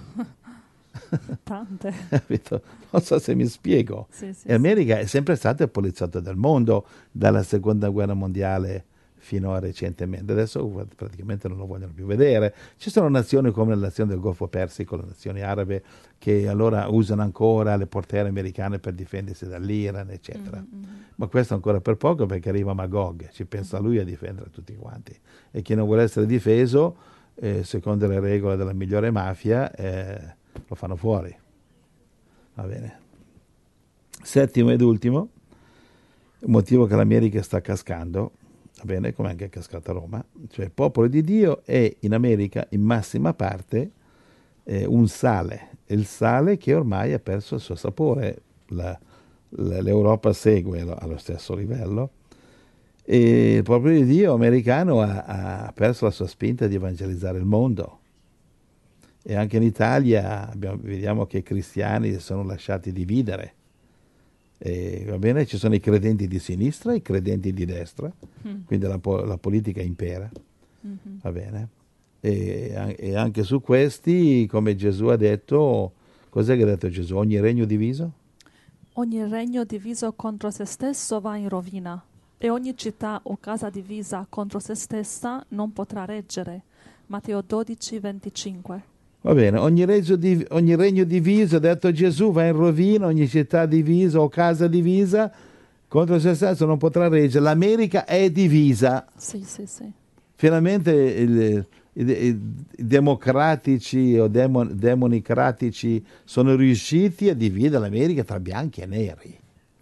Tante. Non so se mi spiego. Sì, sì, L'America sì. è sempre stata il poliziotto del mondo dalla seconda guerra mondiale fino a recentemente. Adesso praticamente non lo vogliono più vedere. Ci sono nazioni come la nazione del Golfo Persico, le nazioni arabe, che allora usano ancora le portiere americane per difendersi dall'Iran, eccetera. Mm-hmm. Ma questo ancora per poco, perché arriva Magog, ci pensa lui a difendere tutti quanti. E chi non vuole essere difeso, eh, secondo le regole della migliore mafia, eh, lo fanno fuori. Va bene. Settimo ed ultimo, il motivo che l'America sta cascando, va bene, come anche è cascata Roma, cioè il popolo di Dio è in America in massima parte eh, un sale, il sale che ormai ha perso il suo sapore, la, la, l'Europa segue lo, allo stesso livello e il popolo di Dio americano ha, ha perso la sua spinta di evangelizzare il mondo. E anche in Italia abbiamo, vediamo che i cristiani sono lasciati dividere. E, va bene, ci sono i credenti di sinistra e i credenti di destra, mm. quindi la, la politica impera. Mm-hmm. Va bene. E, e anche su questi, come Gesù ha detto, cos'è che ha detto Gesù? Ogni regno diviso? Ogni regno diviso contro se stesso va in rovina, e ogni città o casa divisa contro se stessa non potrà reggere. Matteo dodici, venticinque. Va bene, ogni regno, div- ogni regno diviso, ha detto Gesù, va in rovina, ogni città divisa o casa divisa contro se stesso non potrà reggere. L'America è divisa. Sì, sì, sì. Finalmente il, i, i democratici o demo, demonicratici sono riusciti a dividere l'America tra bianchi e neri.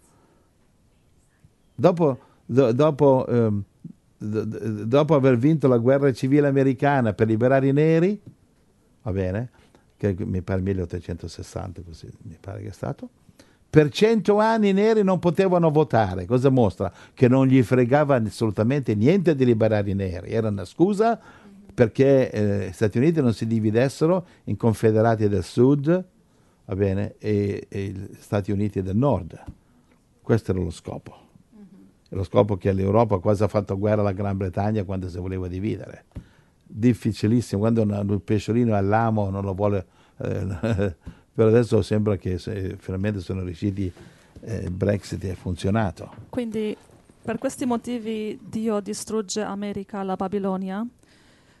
Dopo, do, dopo, ehm, do, dopo aver vinto la guerra civile americana per liberare i neri, va bene, che mi pare milleottocentosessanta, così mi pare che è stato, per cento anni i neri non potevano votare. Cosa mostra? Che non gli fregava assolutamente niente di liberare i neri, era una scusa perché eh, gli Stati Uniti non si dividessero in confederati del sud, va bene, e, e gli Stati Uniti del nord. Questo era lo scopo. Mm-hmm. Lo scopo che l'Europa quasi ha fatto guerra alla Gran Bretagna quando si voleva dividere. Difficilissimo, quando un pesciolino all'amo non lo vuole, eh, però adesso sembra che se, finalmente sono riusciti, eh, il Brexit è funzionato. Quindi per questi motivi Dio distrugge America alla Babilonia.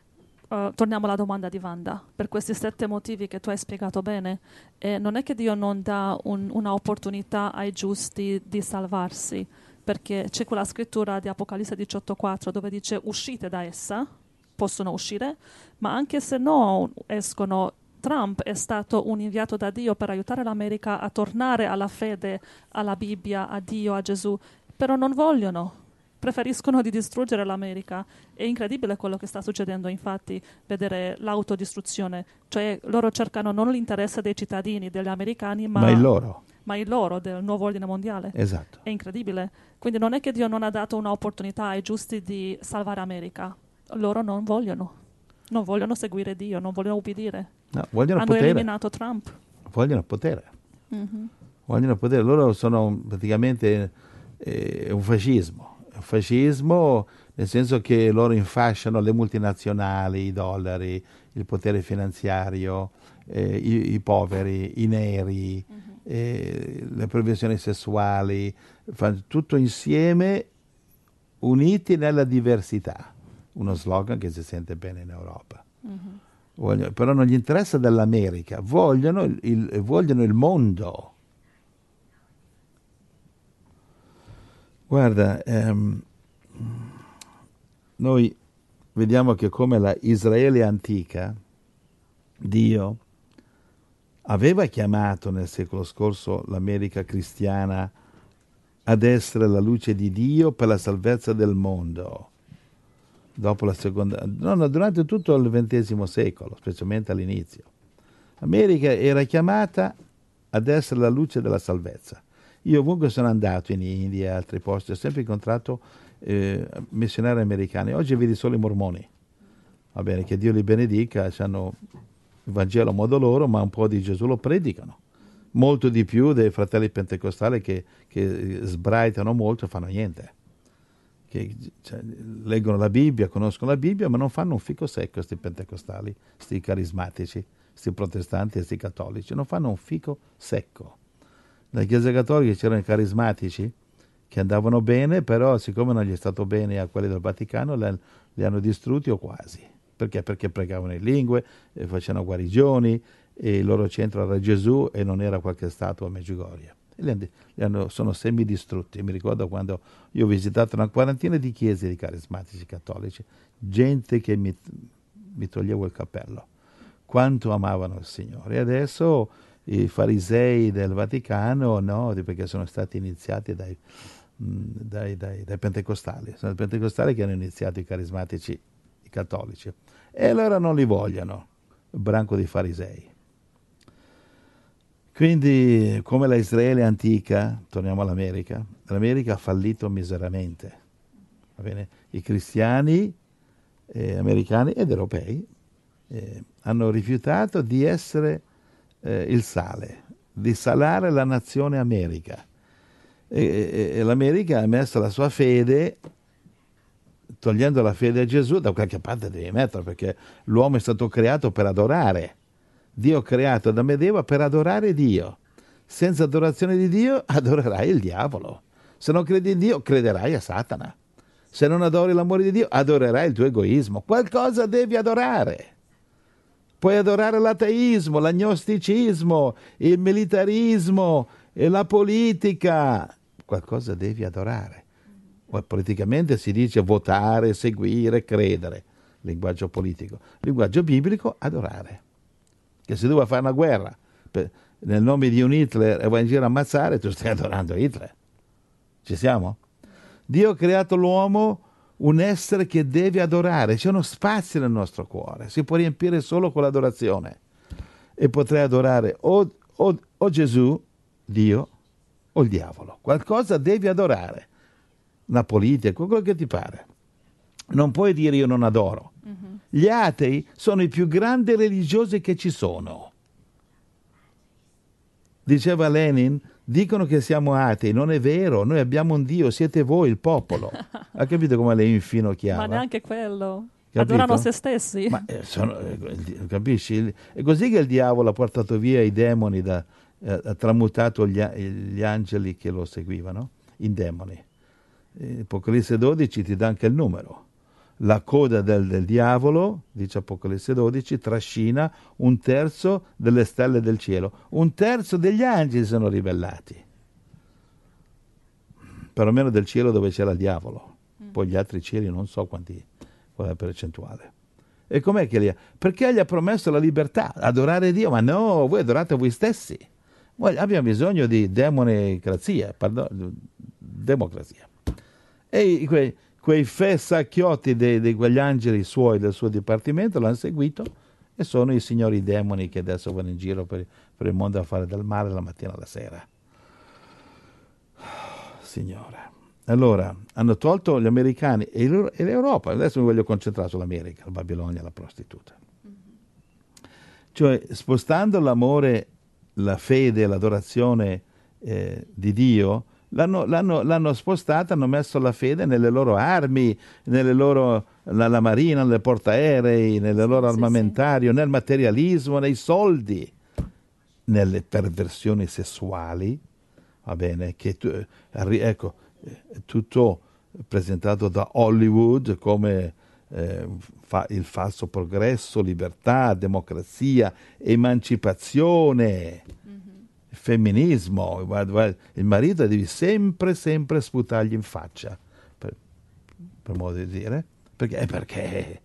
uh, torniamo alla domanda di Wanda, per questi sette motivi che tu hai spiegato bene, eh, non è che Dio non dà un, una opportunità ai giusti di salvarsi, perché c'è quella scrittura di Apocalisse diciotto quattro dove dice uscite da essa, possono uscire, ma anche se no escono, Trump è stato un inviato da Dio per aiutare l'America a tornare alla fede, alla Bibbia, a Dio, a Gesù, però non vogliono, preferiscono di distruggere l'America. È incredibile quello che sta succedendo, infatti, vedere l'autodistruzione, cioè loro cercano non l'interesse dei cittadini, degli americani, ma, ma il loro. ma il loro, del nuovo ordine mondiale. Esatto. È incredibile. Quindi non è che Dio non ha dato un'opportunità ai giusti di salvare America. Loro non vogliono. Non vogliono seguire Dio, non vogliono ubbidire. No, vogliono Hanno potere. eliminato Trump. Vogliono potere. Mm-hmm. Vogliono potere. Loro sono praticamente eh, un fascismo. Un fascismo nel senso che loro infasciano le multinazionali, i dollari, il potere finanziario, eh, i, i poveri, i neri, mm-hmm. eh, le perversioni sessuali, fanno tutto insieme, uniti nella diversità. Uno slogan che si sente bene in Europa. Mm-hmm. Vogliono, però non gli interessa dell'America, vogliono il, il, vogliono il mondo. Guarda, ehm, noi vediamo che come la Israele antica, Dio aveva chiamato nel secolo scorso l'America cristiana ad essere la luce di Dio per la salvezza del mondo. Dopo la seconda, no, no, durante tutto il ventesimo secolo, specialmente all'inizio. L'America era chiamata ad essere la luce della salvezza. Io ovunque sono andato, in India e altri posti, ho sempre incontrato eh, missionari americani. Oggi vedi solo i mormoni. Va bene, che Dio li benedica, hanno il Vangelo a modo loro, ma un po' di Gesù lo predicano. Molto di più dei fratelli pentecostali che, che sbraitano molto e fanno niente. Che cioè, leggono la Bibbia, conoscono la Bibbia, ma non fanno un fico secco questi pentecostali, questi carismatici, questi protestanti, questi cattolici, non fanno un fico secco. Nella Chiesa Cattolica c'erano i carismatici che andavano bene, però siccome non gli è stato bene a quelli del Vaticano, li, li hanno distrutti o quasi. Perché? Perché pregavano in lingue, eh, facevano guarigioni, e il loro centro era Gesù e non era qualche statua a Medjugorje. Li hanno, li hanno, sono semidistrutti. Mi ricordo quando io ho visitato una quarantina di chiese di carismatici cattolici, gente che mi, mi toglievo il cappello. Quanto amavano il Signore. E adesso i farisei del Vaticano, no, perché sono stati iniziati dai, dai, dai, dai pentecostali. Sono i pentecostali che hanno iniziato i carismatici, i cattolici. E allora non li vogliono, il branco di farisei. Quindi, come la Israele antica, torniamo all'America, l'America ha fallito miseramente. Va bene? I cristiani eh, americani ed europei eh, hanno rifiutato di essere eh, il sale, di salare la nazione America. E, e, e l'America ha messo la sua fede, togliendo la fede a Gesù, da qualche parte devi metterla, perché l'uomo è stato creato per adorare. Dio ha creato Adamo ed Eva per adorare Dio. Senza adorazione di Dio adorerai il diavolo. Se non credi in Dio, crederai a Satana. Se non adori l'amore di Dio, adorerai il tuo egoismo. Qualcosa devi adorare. Puoi adorare l'ateismo, l'agnosticismo, il militarismo, e la politica. Qualcosa devi adorare. Politicamente si dice votare, seguire, credere. Linguaggio politico. Linguaggio biblico, adorare. Che se tu vuoi fare una guerra per, nel nome di un Hitler e vai in giro a ammazzare, tu stai adorando Hitler. Ci siamo? Dio ha creato l'uomo un essere che deve adorare. C'è uno spazio nel nostro cuore, si può riempire solo con l'adorazione. E potrei adorare o, o, o Gesù, Dio, o il diavolo. Qualcosa devi adorare. Una politica, quello che ti pare. Non puoi dire io non adoro. Mm-hmm. Gli atei sono i più grandi religiosi che ci sono. Diceva Lenin, dicono che siamo atei, non è vero, noi abbiamo un Dio, siete voi il popolo. Ha capito come le infinocchiava? Ma neanche quello. Capito? Adorano se stessi. Ma eh, sono, eh, capisci? È così che il diavolo ha portato via i demoni, da, eh, ha tramutato gli, gli angeli che lo seguivano in demoni. Apocalisse dodici ti dà anche il numero. la coda del, del diavolo, dice Apocalisse dodici, trascina un terzo delle stelle del cielo. Un terzo degli angeli sono ribellati. Perlomeno del cielo dove c'era il diavolo. Poi gli altri cieli non so quanti, qual è la percentuale. E com'è che gli ha? Perché gli ha promesso la libertà, adorare Dio. Ma no, voi adorate voi stessi. Noi abbiamo bisogno di democrazia, pardon, democrazia. E quei, quei fessacchiotti di quegli angeli suoi del suo dipartimento l'hanno seguito e sono i signori demoni che adesso vanno in giro per, per il mondo a fare del male la mattina alla sera. Signore. Allora, hanno tolto gli americani e l'Europa. Adesso mi voglio concentrare sull'America, la Babilonia, la prostituta. Cioè, spostando l'amore, la fede, l'adorazione eh, di Dio, l'hanno, l'hanno, l'hanno spostata, hanno messo la fede nelle loro armi, nelle loro, nella marina, nelle portaerei, nelle loro sì, armamentario, sì. Nel materialismo, nei soldi, nelle perversioni sessuali, va bene, che tu, ecco, tutto presentato da Hollywood come eh, fa, il falso progresso, libertà, democrazia, emancipazione, mm-hmm. femminismo. Il marito devi sempre, sempre sputargli in faccia, per, per modo di dire. Perché? Perché,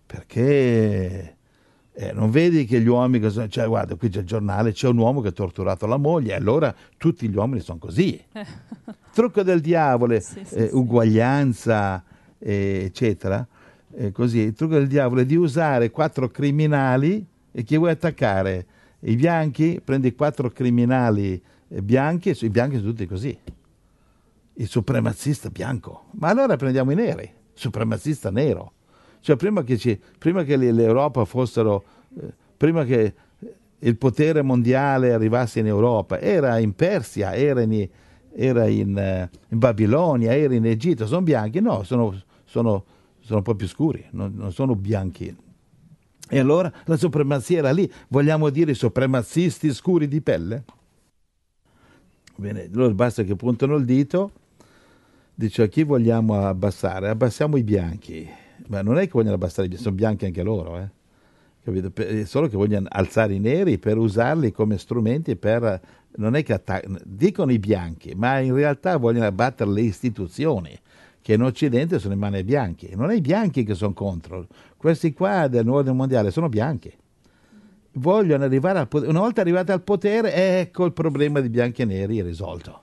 perché eh, non vedi che gli uomini, cioè guarda, qui c'è il giornale, c'è un uomo che ha torturato la moglie, e allora tutti gli uomini sono così. Trucco del diavolo, sì, sì, eh, uguaglianza, eh, eccetera. Eh, così, il trucco del diavolo è di usare quattro criminali e chi vuoi attaccare? I bianchi, prendi quattro criminali eh, bianchi, e i bianchi sono tutti così. Il supremazista bianco. Ma allora prendiamo i neri, supremazista nero. Cioè prima che, ci, prima che l'Europa fossero, eh, prima che il potere mondiale arrivasse in Europa, era in Persia, era in, era in, uh, in Babilonia, era in Egitto. Sono bianchi? No, sono, sono, sono un po' più scuri, non, non sono bianchi. E allora la supremazia era lì. Vogliamo dire supremazisti scuri di pelle? Bene, loro basta che puntano il dito, dice a chi vogliamo abbassare? Abbassiamo i bianchi. Ma non è che vogliono abbassare i bianchi, sono bianchi anche loro, eh? Capito? Per, solo che vogliono alzare i neri per usarli come strumenti per, non è che attac- dicono i bianchi, ma in realtà vogliono abbattere le istituzioni che in Occidente sono in mano ai bianchi. Non è i bianchi che sono contro, questi qua del nuovo mondiale sono bianchi, vogliono arrivare al potere. Una volta arrivati al potere, ecco il problema di bianchi e neri è risolto.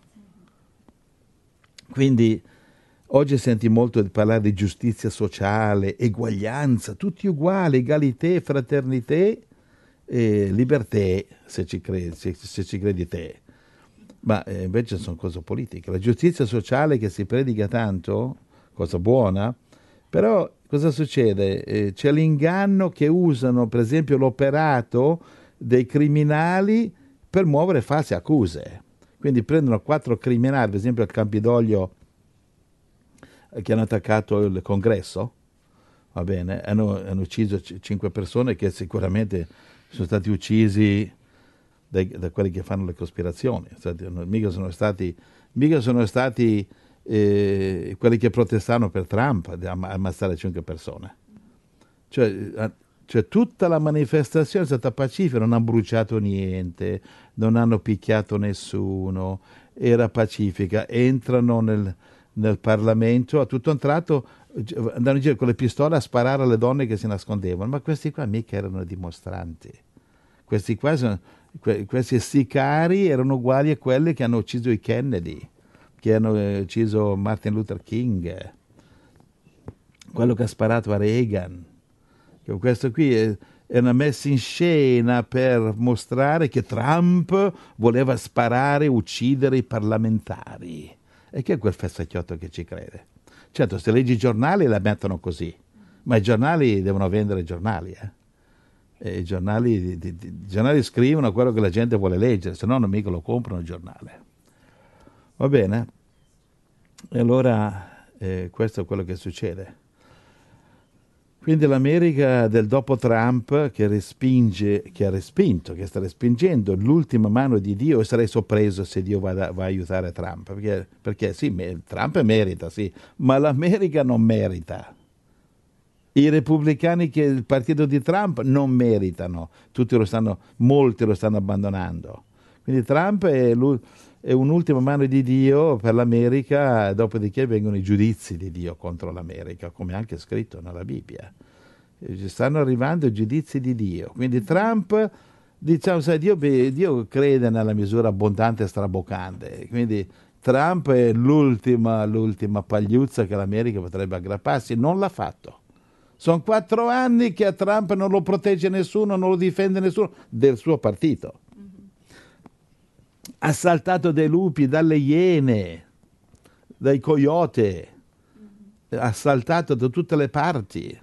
Quindi oggi senti molto parlare di giustizia sociale, eguaglianza, tutti uguali, egalité, fraternité e libertà, se ci credi, se, se ci credi te. Ma eh, invece sono cose politiche. La giustizia sociale che si predica tanto, cosa buona, però cosa succede? Eh, c'è l'inganno che usano, per esempio, l'operato dei criminali per muovere false accuse. Quindi prendono quattro criminali, per esempio al Campidoglio, che hanno attaccato il congresso, va bene, hanno, hanno ucciso c- cinque persone che sicuramente sono stati uccisi dai, da quelli che fanno le cospirazioni, stati, no, mica sono stati, mica sono stati eh, quelli che protestavano per Trump ad am- ammazzare cinque persone. Cioè, a, cioè tutta la manifestazione è stata pacifica, non hanno bruciato niente, non hanno picchiato nessuno, era pacifica, entrano nel nel Parlamento, a tutto un tratto andavano in giro con le pistole a sparare alle donne che si nascondevano, ma questi qua mica erano dimostranti, questi qua sono, que, questi sicari erano uguali a quelli che hanno ucciso i Kennedy, che hanno ucciso Martin Luther King, quello che ha sparato a Reagan. Questo qui è, è una messa in scena per mostrare che Trump voleva sparare e uccidere i parlamentari. E che è quel fessacchiotto che ci crede? Certo, se leggi i giornali la mettono così, ma i giornali devono vendere i giornali. Eh? E i, giornali, i, i, i giornali scrivono quello che la gente vuole leggere, se no non mica lo comprano il giornale. Va bene? E allora eh, questo è quello che succede. Quindi l'America del dopo Trump che respinge, che ha respinto, che sta respingendo l'ultima mano di Dio, e sarei sorpreso se Dio va, da, va a aiutare Trump, perché, perché sì, me, Trump merita, sì, ma l'America non merita. I repubblicani, che il partito di Trump, non meritano, tutti lo stanno, molti lo stanno abbandonando. Quindi Trump è, è un'ultima mano di Dio per l'America, dopodiché vengono i giudizi di Dio contro l'America, come anche scritto nella Bibbia. Stanno arrivando i giudizi di Dio. Quindi Trump, diciamo, sai, Dio, Dio crede nella misura abbondante e straboccante, quindi Trump è l'ultima, l'ultima pagliuzza che l'America potrebbe aggrapparsi, non l'ha fatto. Sono quattro anni che a Trump non lo protegge nessuno, non lo difende nessuno del suo partito. Ha saltato dai lupi, dalle iene, dai coyote, ha saltato da tutte le parti.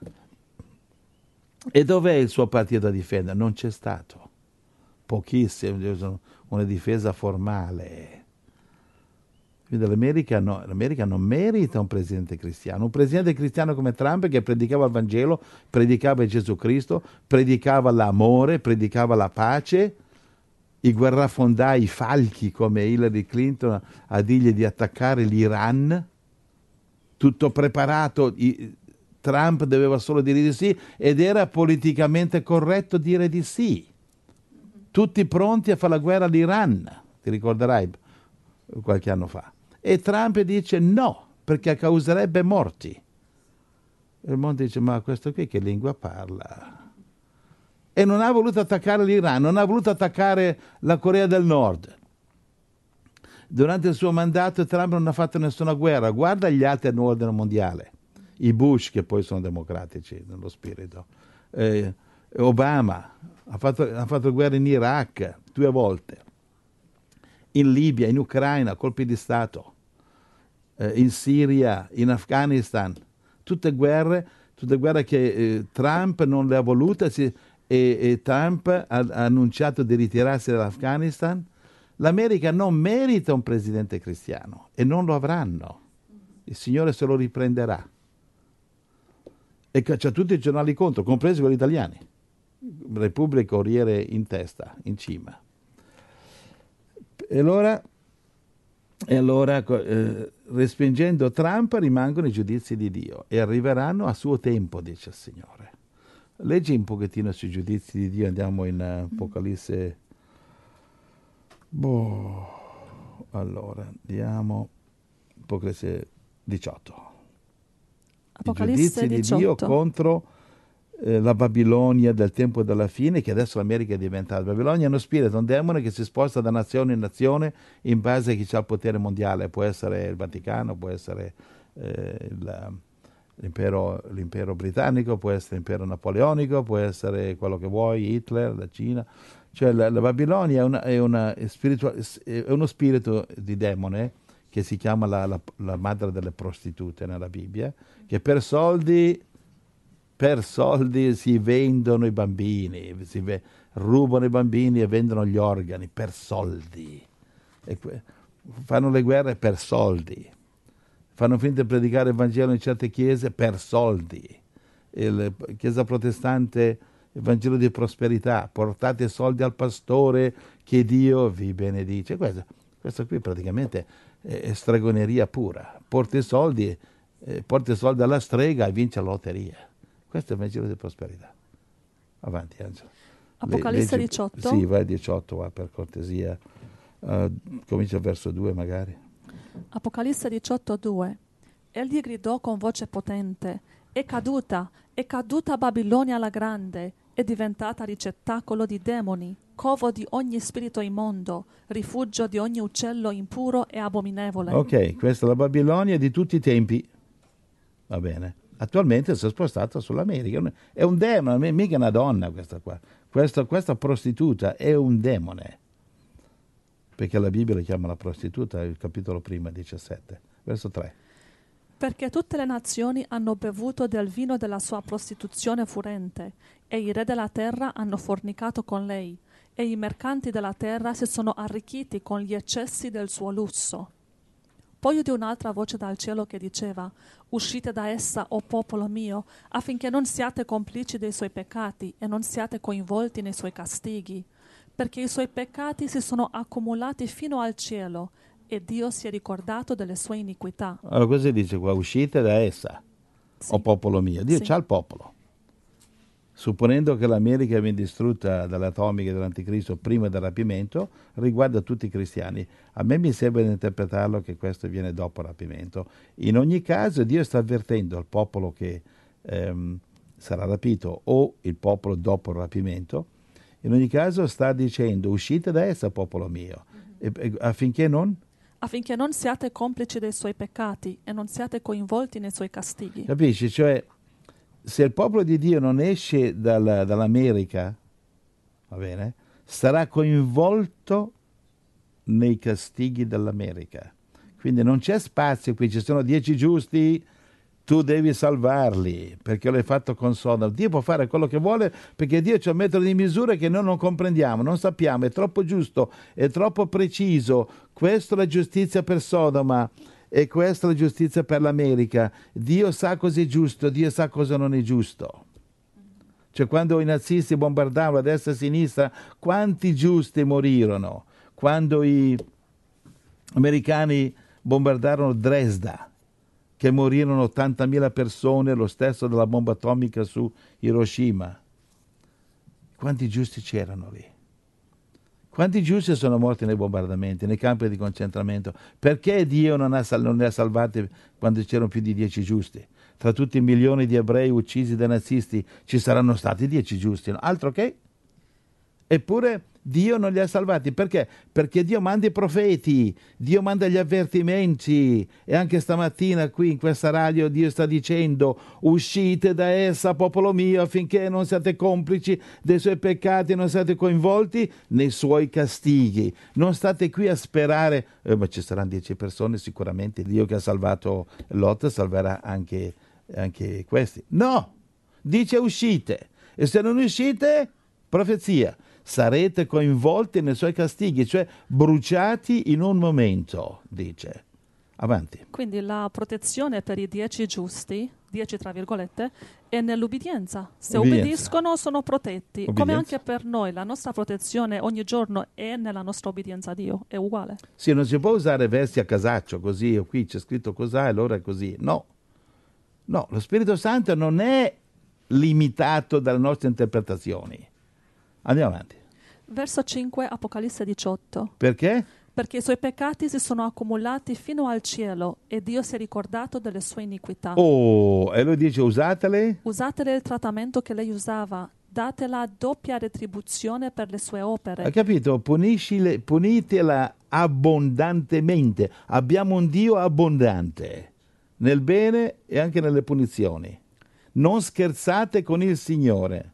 E dov'è il suo partito a difendere? Non c'è stato. Pochissimo, una difesa formale. Quindi l'America, no, l'America non merita un presidente cristiano. Un presidente cristiano come Trump, che predicava il Vangelo, predicava Gesù Cristo, predicava l'amore, predicava la pace, i guerrafondai, i falchi come Hillary Clinton a dirgli di attaccare l'Iran, tutto preparato. I, Trump doveva solo dire di sì ed era politicamente corretto dire di sì. Tutti pronti a fare la guerra all'Iran, ti ricorderai qualche anno fa. E Trump dice no, perché causerebbe morti. E il mondo dice, ma questo qui che lingua parla? E non ha voluto attaccare l'Iran, non ha voluto attaccare la Corea del Nord. Durante il suo mandato Trump non ha fatto nessuna guerra. Guarda gli altri nell'ordine mondiale. I Bush, che poi sono democratici nello spirito. Eh, Obama ha fatto, ha fatto guerra in Iraq due volte. In Libia, in Ucraina, colpi di Stato. Eh, in Siria, in Afghanistan. Tutte guerre, tutte guerre che eh, Trump non le ha volute si, e, e Trump ha, ha annunciato di ritirarsi dall'Afghanistan. L'America non merita un presidente cristiano e non lo avranno. Il Signore se lo riprenderà. E c'ha tutti i giornali contro, compresi quelli italiani. Repubblica, Corriere in testa, in cima. E allora, e allora eh, respingendo Trump rimangono i giudizi di Dio e arriveranno a suo tempo, dice il Signore. Leggi un pochettino sui giudizi di Dio, andiamo in uh, Apocalisse. Boh. Allora, andiamo Apocalisse diciotto. Apocalisse I giudizi diciotto. di Dio contro eh, la Babilonia del tempo della fine, che adesso l'America è diventata. La Babilonia è uno spirito, un demone che si sposta da nazione in nazione in base a chi ha il potere mondiale. Può essere il Vaticano, può essere eh, il, l'impero, l'impero britannico, può essere l'impero napoleonico, può essere quello che vuoi, Hitler, la Cina. Cioè la, la Babilonia è, una, è, una, è, spiritu- è uno spirito di demone che si chiama la, la, la madre delle prostitute nella Bibbia, che per soldi, per soldi si vendono i bambini, si ve, rubano i bambini e vendono gli organi, per soldi. E que, fanno le guerre per soldi. Fanno finta di predicare il Vangelo in certe chiese per soldi. La chiesa protestante, il Vangelo di prosperità, portate soldi al pastore che Dio vi benedice. Questo, questo qui praticamente è stregoneria pura. Porti soldi, eh, porti soldi alla strega e vince la lotteria. Questo è il Vangelo di prosperità. Avanti, Angela. Apocalisse Leggi, diciotto? Sì, vai diciotto, va, per cortesia. Uh, comincia verso due magari. Apocalisse diciotto due. Egli gridò con voce potente: è caduta, è caduta Babilonia la grande, è diventata ricettacolo di demoni, covo di ogni spirito immondo, rifugio di ogni uccello impuro e abominevole. Ok, questa è la Babilonia di tutti i tempi. Va bene. Attualmente si è spostata sull'America. È un demone, mica una donna questa qua. Questa, questa prostituta è un demone. Perché la Bibbia la chiama la prostituta, il capitolo prima, diciassette, verso tre. Perché tutte le nazioni hanno bevuto del vino della sua prostituzione furente, e i re della terra hanno fornicato con lei, e i mercanti della terra si sono arricchiti con gli eccessi del suo lusso. Poi udì un'altra voce dal cielo che diceva: uscite da essa, o popolo mio, affinché non siate complici dei suoi peccati e non siate coinvolti nei suoi castighi, perché i suoi peccati si sono accumulati fino al cielo, e Dio si è ricordato delle sue iniquità. Allora cosa dice qua? Uscite da essa. o popolo mio. Dio Sì. c'ha il popolo. Supponendo che l'America viene distrutta dalle atomiche dell'anticristo prima del rapimento, riguarda tutti i cristiani. A me mi sembra di interpretarlo che questo viene dopo il rapimento. In ogni caso Dio sta avvertendo il popolo che ehm, sarà rapito o il popolo dopo il rapimento. In ogni caso sta dicendo: uscite da essa, popolo mio, e, e, affinché non... Affinché non siate complici dei suoi peccati e non siate coinvolti nei suoi castighi. Capisci? Cioè, se il popolo di Dio non esce dal- dall'America, va bene, sarà coinvolto nei castighi dell'America. Quindi non c'è spazio qui, ci sono dieci giusti, tu devi salvarli, perché l'hai fatto con Sodoma. Dio può fare quello che vuole, perché Dio c'ha un metodo di misura che noi non comprendiamo, non sappiamo, è troppo giusto, è troppo preciso. Questa è la giustizia per Sodoma e questa è la giustizia per l'America. Dio sa cosa è giusto, Dio sa cosa non è giusto. Cioè, quando i nazisti bombardavano a destra e a sinistra, quanti giusti morirono? Quando gli americani bombardarono Dresda, che morirono ottantamila persone, lo stesso della bomba atomica su Hiroshima. Quanti giusti c'erano lì? Quanti giusti sono morti nei bombardamenti, nei campi di concentramento? Perché Dio non, ha sal- non li ha salvati quando c'erano più di dieci giusti? Tra tutti i milioni di ebrei uccisi dai nazisti ci saranno stati dieci giusti, no? Altro che? Eppure Dio non li ha salvati. Perché? Perché Dio manda i profeti, Dio manda gli avvertimenti, e anche stamattina qui in questa radio Dio sta dicendo: uscite da essa, popolo mio, affinché non siate complici dei suoi peccati, non siate coinvolti nei suoi castighi. Non state qui a sperare, eh, ma ci saranno dieci persone, sicuramente Dio che ha salvato Lot salverà anche, anche questi. No! Dice: uscite, e se non uscite, profezia, sarete coinvolti nei suoi castighi, cioè bruciati in un momento, dice. Avanti. Quindi la protezione per i dieci giusti, dieci tra virgolette, è nell'ubbidienza. Se Ubbidienza. obbediscono sono protetti. Ubbidienza. Come anche per noi, la nostra protezione ogni giorno è nella nostra obbedienza a Dio, è uguale. Sì, non si può usare versi a casaccio, così, o qui c'è scritto così, allora è così. No. No, lo Spirito Santo non è limitato dalle nostre interpretazioni. Andiamo avanti. Verso cinque, Apocalisse diciotto. Perché? Perché i suoi peccati si sono accumulati fino al cielo e Dio si è ricordato delle sue iniquità. Oh, e lui dice: usatele. Usatele il trattamento che lei usava, datela doppia retribuzione per le sue opere. Hai capito? Puniscile, punitela abbondantemente. Abbiamo un Dio abbondante nel bene e anche nelle punizioni. Non scherzate con il Signore.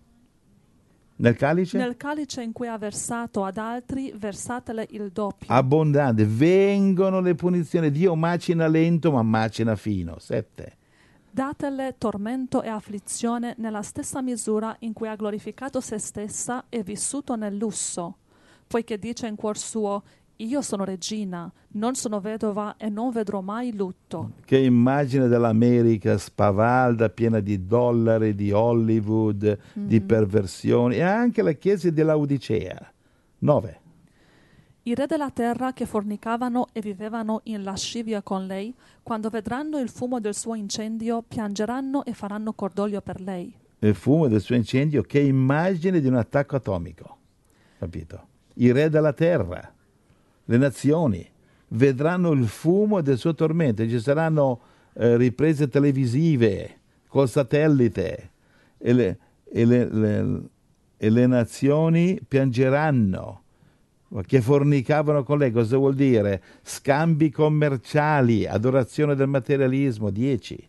Nel calice? Nel calice in cui ha versato ad altri, versatele il doppio. Abbondante. Vengono le punizioni. Dio macina lento, ma macina fino. Sette. Datele tormento e afflizione nella stessa misura in cui ha glorificato se stessa e vissuto nel lusso, poiché dice in cuor suo: io sono regina, non sono vedova e non vedrò mai lutto. Che immagine dell'America spavalda, piena di dollari, di Hollywood, mm-hmm. di perversioni, e anche la chiesa di Laodicea. Nove. I re della terra che fornicavano e vivevano in lascivia con lei, quando vedranno il fumo del suo incendio, piangeranno e faranno cordoglio per lei. Il fumo del suo incendio, che immagine di un attacco atomico. Capito? I re della terra, le nazioni, vedranno il fumo del suo tormento. Ci saranno eh, riprese televisive col satellite e le, e le, le, e le nazioni piangeranno. Che fornicavano con lei, cosa vuol dire? Scambi commerciali, adorazione del materialismo. Dieci.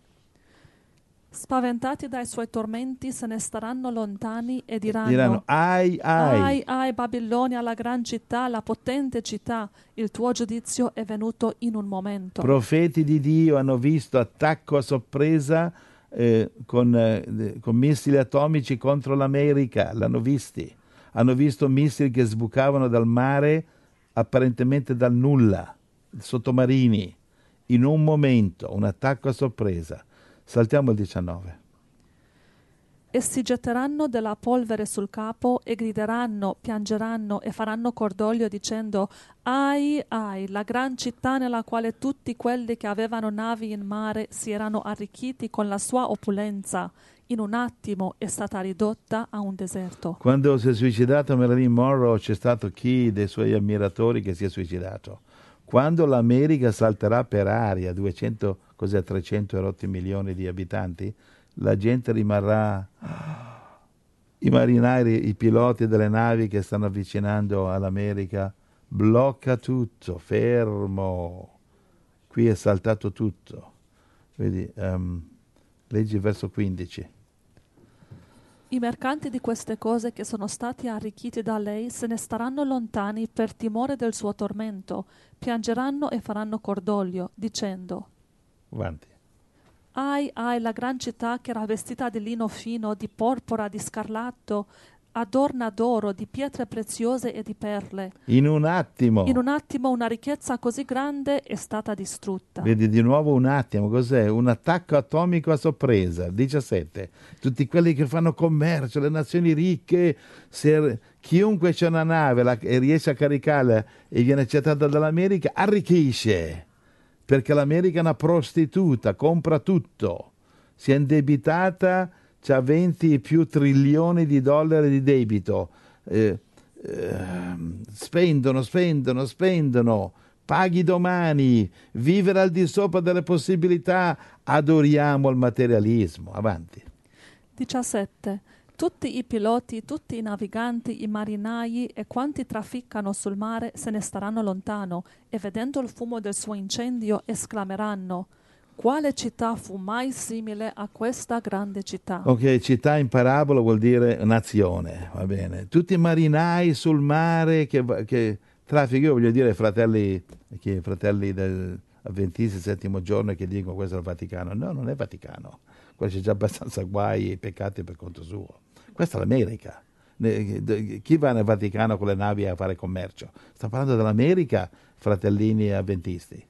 Spaventati dai suoi tormenti se ne staranno lontani e diranno, diranno ai ai. ai ai Babilonia, la gran città, la potente città, il tuo giudizio è venuto in un momento. Profeti di Dio hanno visto attacco a sorpresa eh, con, eh, con missili atomici contro l'America, l'hanno visti. Hanno visto missili che sbucavano dal mare, apparentemente dal nulla, sottomarini, in un momento, un attacco a sorpresa. Saltiamo il diciannove. E si getteranno della polvere sul capo e grideranno, piangeranno e faranno cordoglio dicendo: Ai, ai, la gran città nella quale tutti quelli che avevano navi in mare si erano arricchiti con la sua opulenza, in un attimo è stata ridotta a un deserto. Quando si è suicidata Marilyn Monroe c'è stato chi dei suoi ammiratori che si è suicidato. Quando l'America salterà per aria, duecento, cos'è, trecento e rotti milioni di abitanti, la gente rimarrà, i marinai, i piloti delle navi che stanno avvicinando all'America, blocca tutto, fermo, qui è saltato tutto. Vedi, um, leggi verso quindici. I mercanti di queste cose che sono stati arricchiti da lei se ne staranno lontani per timore del suo tormento, piangeranno e faranno cordoglio, dicendo: Avanti. Ai, ai, la gran città che era vestita di lino fino, di porpora, di scarlatto, adorna d'oro, di pietre preziose e di perle. In un attimo. In un attimo una ricchezza così grande è stata distrutta. Vedi di nuovo un attimo, cos'è? Un attacco atomico a sorpresa. diciassette. Tutti quelli che fanno commercio, le nazioni ricche, se chiunque c'è una nave la, e riesce a caricarla e viene accettata dall'America, arricchisce. Perché l'America è una prostituta, compra tutto. Si è indebitata, c'ha venti più trilioni di dollari di debito. Eh, eh, spendono, spendono, spendono. Paghi domani, vivere al di sopra delle possibilità. Adoriamo il materialismo. Avanti. diciassette. Tutti i piloti, tutti i naviganti, i marinai e quanti trafficano sul mare se ne staranno lontano e vedendo il fumo del suo incendio esclameranno: quale città fu mai simile a questa grande città? Ok, città in parabola vuol dire nazione, va bene. Tutti i marinai sul mare che, che trafficano, io voglio dire fratelli, che, fratelli del Adventisti settimo giorno che dicono questo è il Vaticano. No, non è Vaticano. Qua c'è già abbastanza guai e peccati per conto suo. Questa è l'America. Chi va nel Vaticano con le navi a fare commercio? Sta parlando dell'America, fratellini avventisti.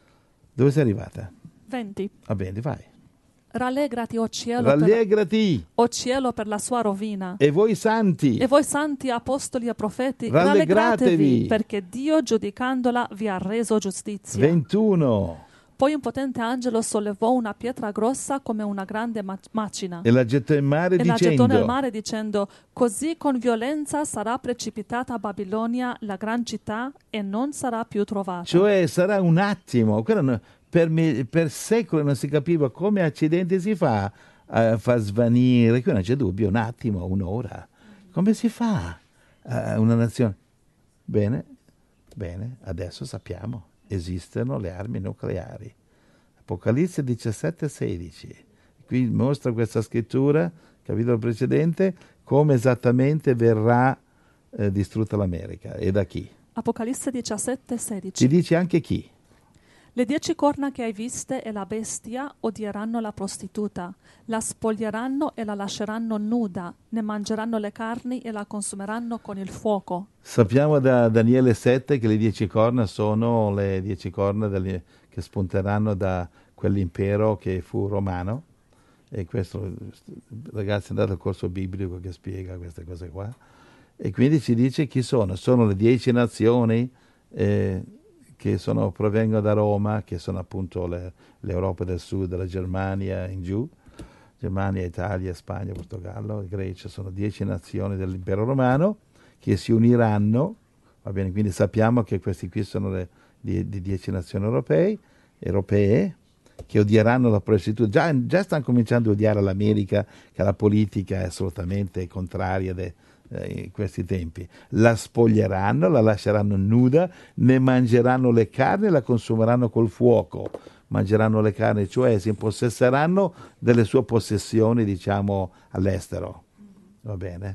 Dove sei arrivata? venti. Va bene, vai. Rallegrati, o cielo, Rallegrati, per, o cielo per la sua rovina. E voi santi. E voi santi apostoli e profeti, rallegratevi, rallegratevi, perché Dio, giudicandola, vi ha reso giustizia. ventuno. Poi un potente angelo sollevò una pietra grossa come una grande macina e la gettò in mare e dicendo, la gettò nel mare dicendo: così con violenza sarà precipitata a Babilonia, la gran città, e non sarà più trovata. Cioè sarà un attimo. No, per, me, per secoli non si capiva come accidente si fa a far svanire. Qui non c'è dubbio, un attimo, un'ora. Come si fa a una nazione? Bene, bene, adesso sappiamo. Esistono le armi nucleari. Apocalisse diciassette sedici. Qui mostra questa scrittura, capitolo precedente, come esattamente verrà eh, distrutta l'America e da chi. Apocalisse diciassette sedici. Ci dice anche chi. Le dieci corna che hai viste e la bestia odieranno la prostituta, la spoglieranno e la lasceranno nuda, ne mangeranno le carni e la consumeranno con il fuoco. Sappiamo da Daniele sette che le dieci corna sono le dieci corna delle, che spunteranno da quell'impero che fu romano. E questo, ragazzi, andate al corso biblico che spiega queste cose qua. E quindi ci dice chi sono. Sono le dieci nazioni eh, che sono, provengono da Roma, che sono appunto le, l'Europa del Sud, la Germania in giù, Germania, Italia, Spagna, Portogallo, Grecia, sono dieci nazioni dell'impero romano che si uniranno, va bene, quindi sappiamo che questi qui sono le di, di dieci nazioni europee, europee, che odieranno la prostituta. Già, già stanno cominciando a odiare l'America, che la politica è assolutamente contraria de, in questi tempi. La spoglieranno, la lasceranno nuda, ne mangeranno le carni e la consumeranno col fuoco. Mangeranno le carni, cioè si impossesseranno delle sue possessioni, diciamo, all'estero. Va bene?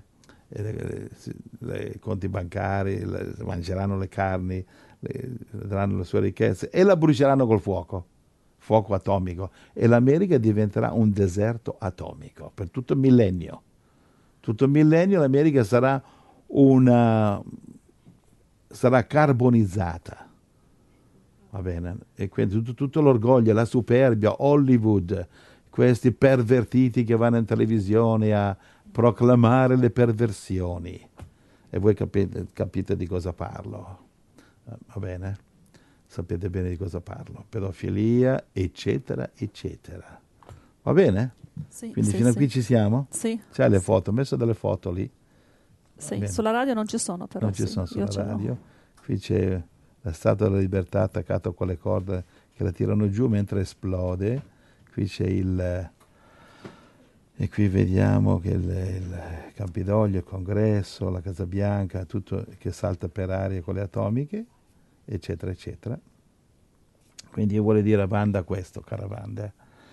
I conti bancari, le, mangeranno le carni, le, daranno le sue ricchezze e la bruceranno col fuoco. Fuoco atomico. E l'America diventerà un deserto atomico per tutto il millennio. Tutto il millennio l'America sarà una sarà carbonizzata, va bene? E quindi tutto, tutto l'orgoglio, la superbia, Hollywood, questi pervertiti che vanno in televisione a proclamare le perversioni. E voi capite, capite di cosa parlo. Va bene? Sapete bene di cosa parlo. Pedofilia, eccetera, eccetera. Va bene? Sì, Quindi sì, fino sì. a qui ci siamo? Sì. C'hai le foto? Ho messo delle foto lì? Sì, Bene. sulla radio non ci sono però. Non ci sì, sono io sulla ce l'ho. radio. Qui c'è la Statua della Libertà attaccata con le corde che la tirano giù mentre esplode. Qui c'è il... E qui vediamo che il, il Campidoglio, il Congresso, la Casa Bianca, tutto che salta per aria con le atomiche, eccetera, eccetera. Quindi io voglio dire a Wanda questo, cara Wanda,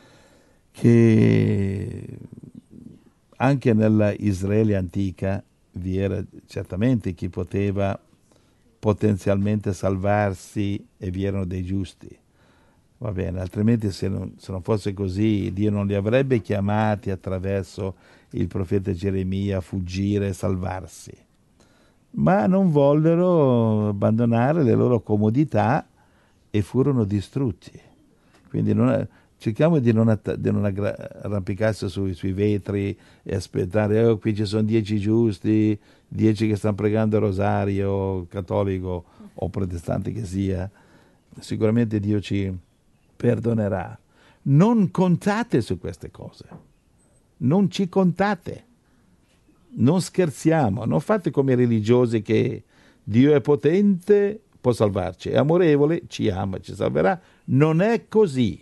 che anche nella Israele antica vi era certamente chi poteva potenzialmente salvarsi e vi erano dei giusti. Va bene, altrimenti se non, se non fosse così Dio non li avrebbe chiamati attraverso il profeta Geremia a fuggire e salvarsi. Ma non vollero abbandonare le loro comodità e furono distrutti. Quindi non, cerchiamo di non, att- di non aggra- arrampicarsi sui, sui vetri e aspettare, oh, qui ci sono dieci giusti, dieci che stanno pregando il rosario, cattolico o protestante che sia. Sicuramente Dio ci perdonerà. Non contate su queste cose, non ci contate, non scherziamo, non fate come i religiosi che Dio è potente, può salvarci, è amorevole, ci ama, ci salverà. Non è così.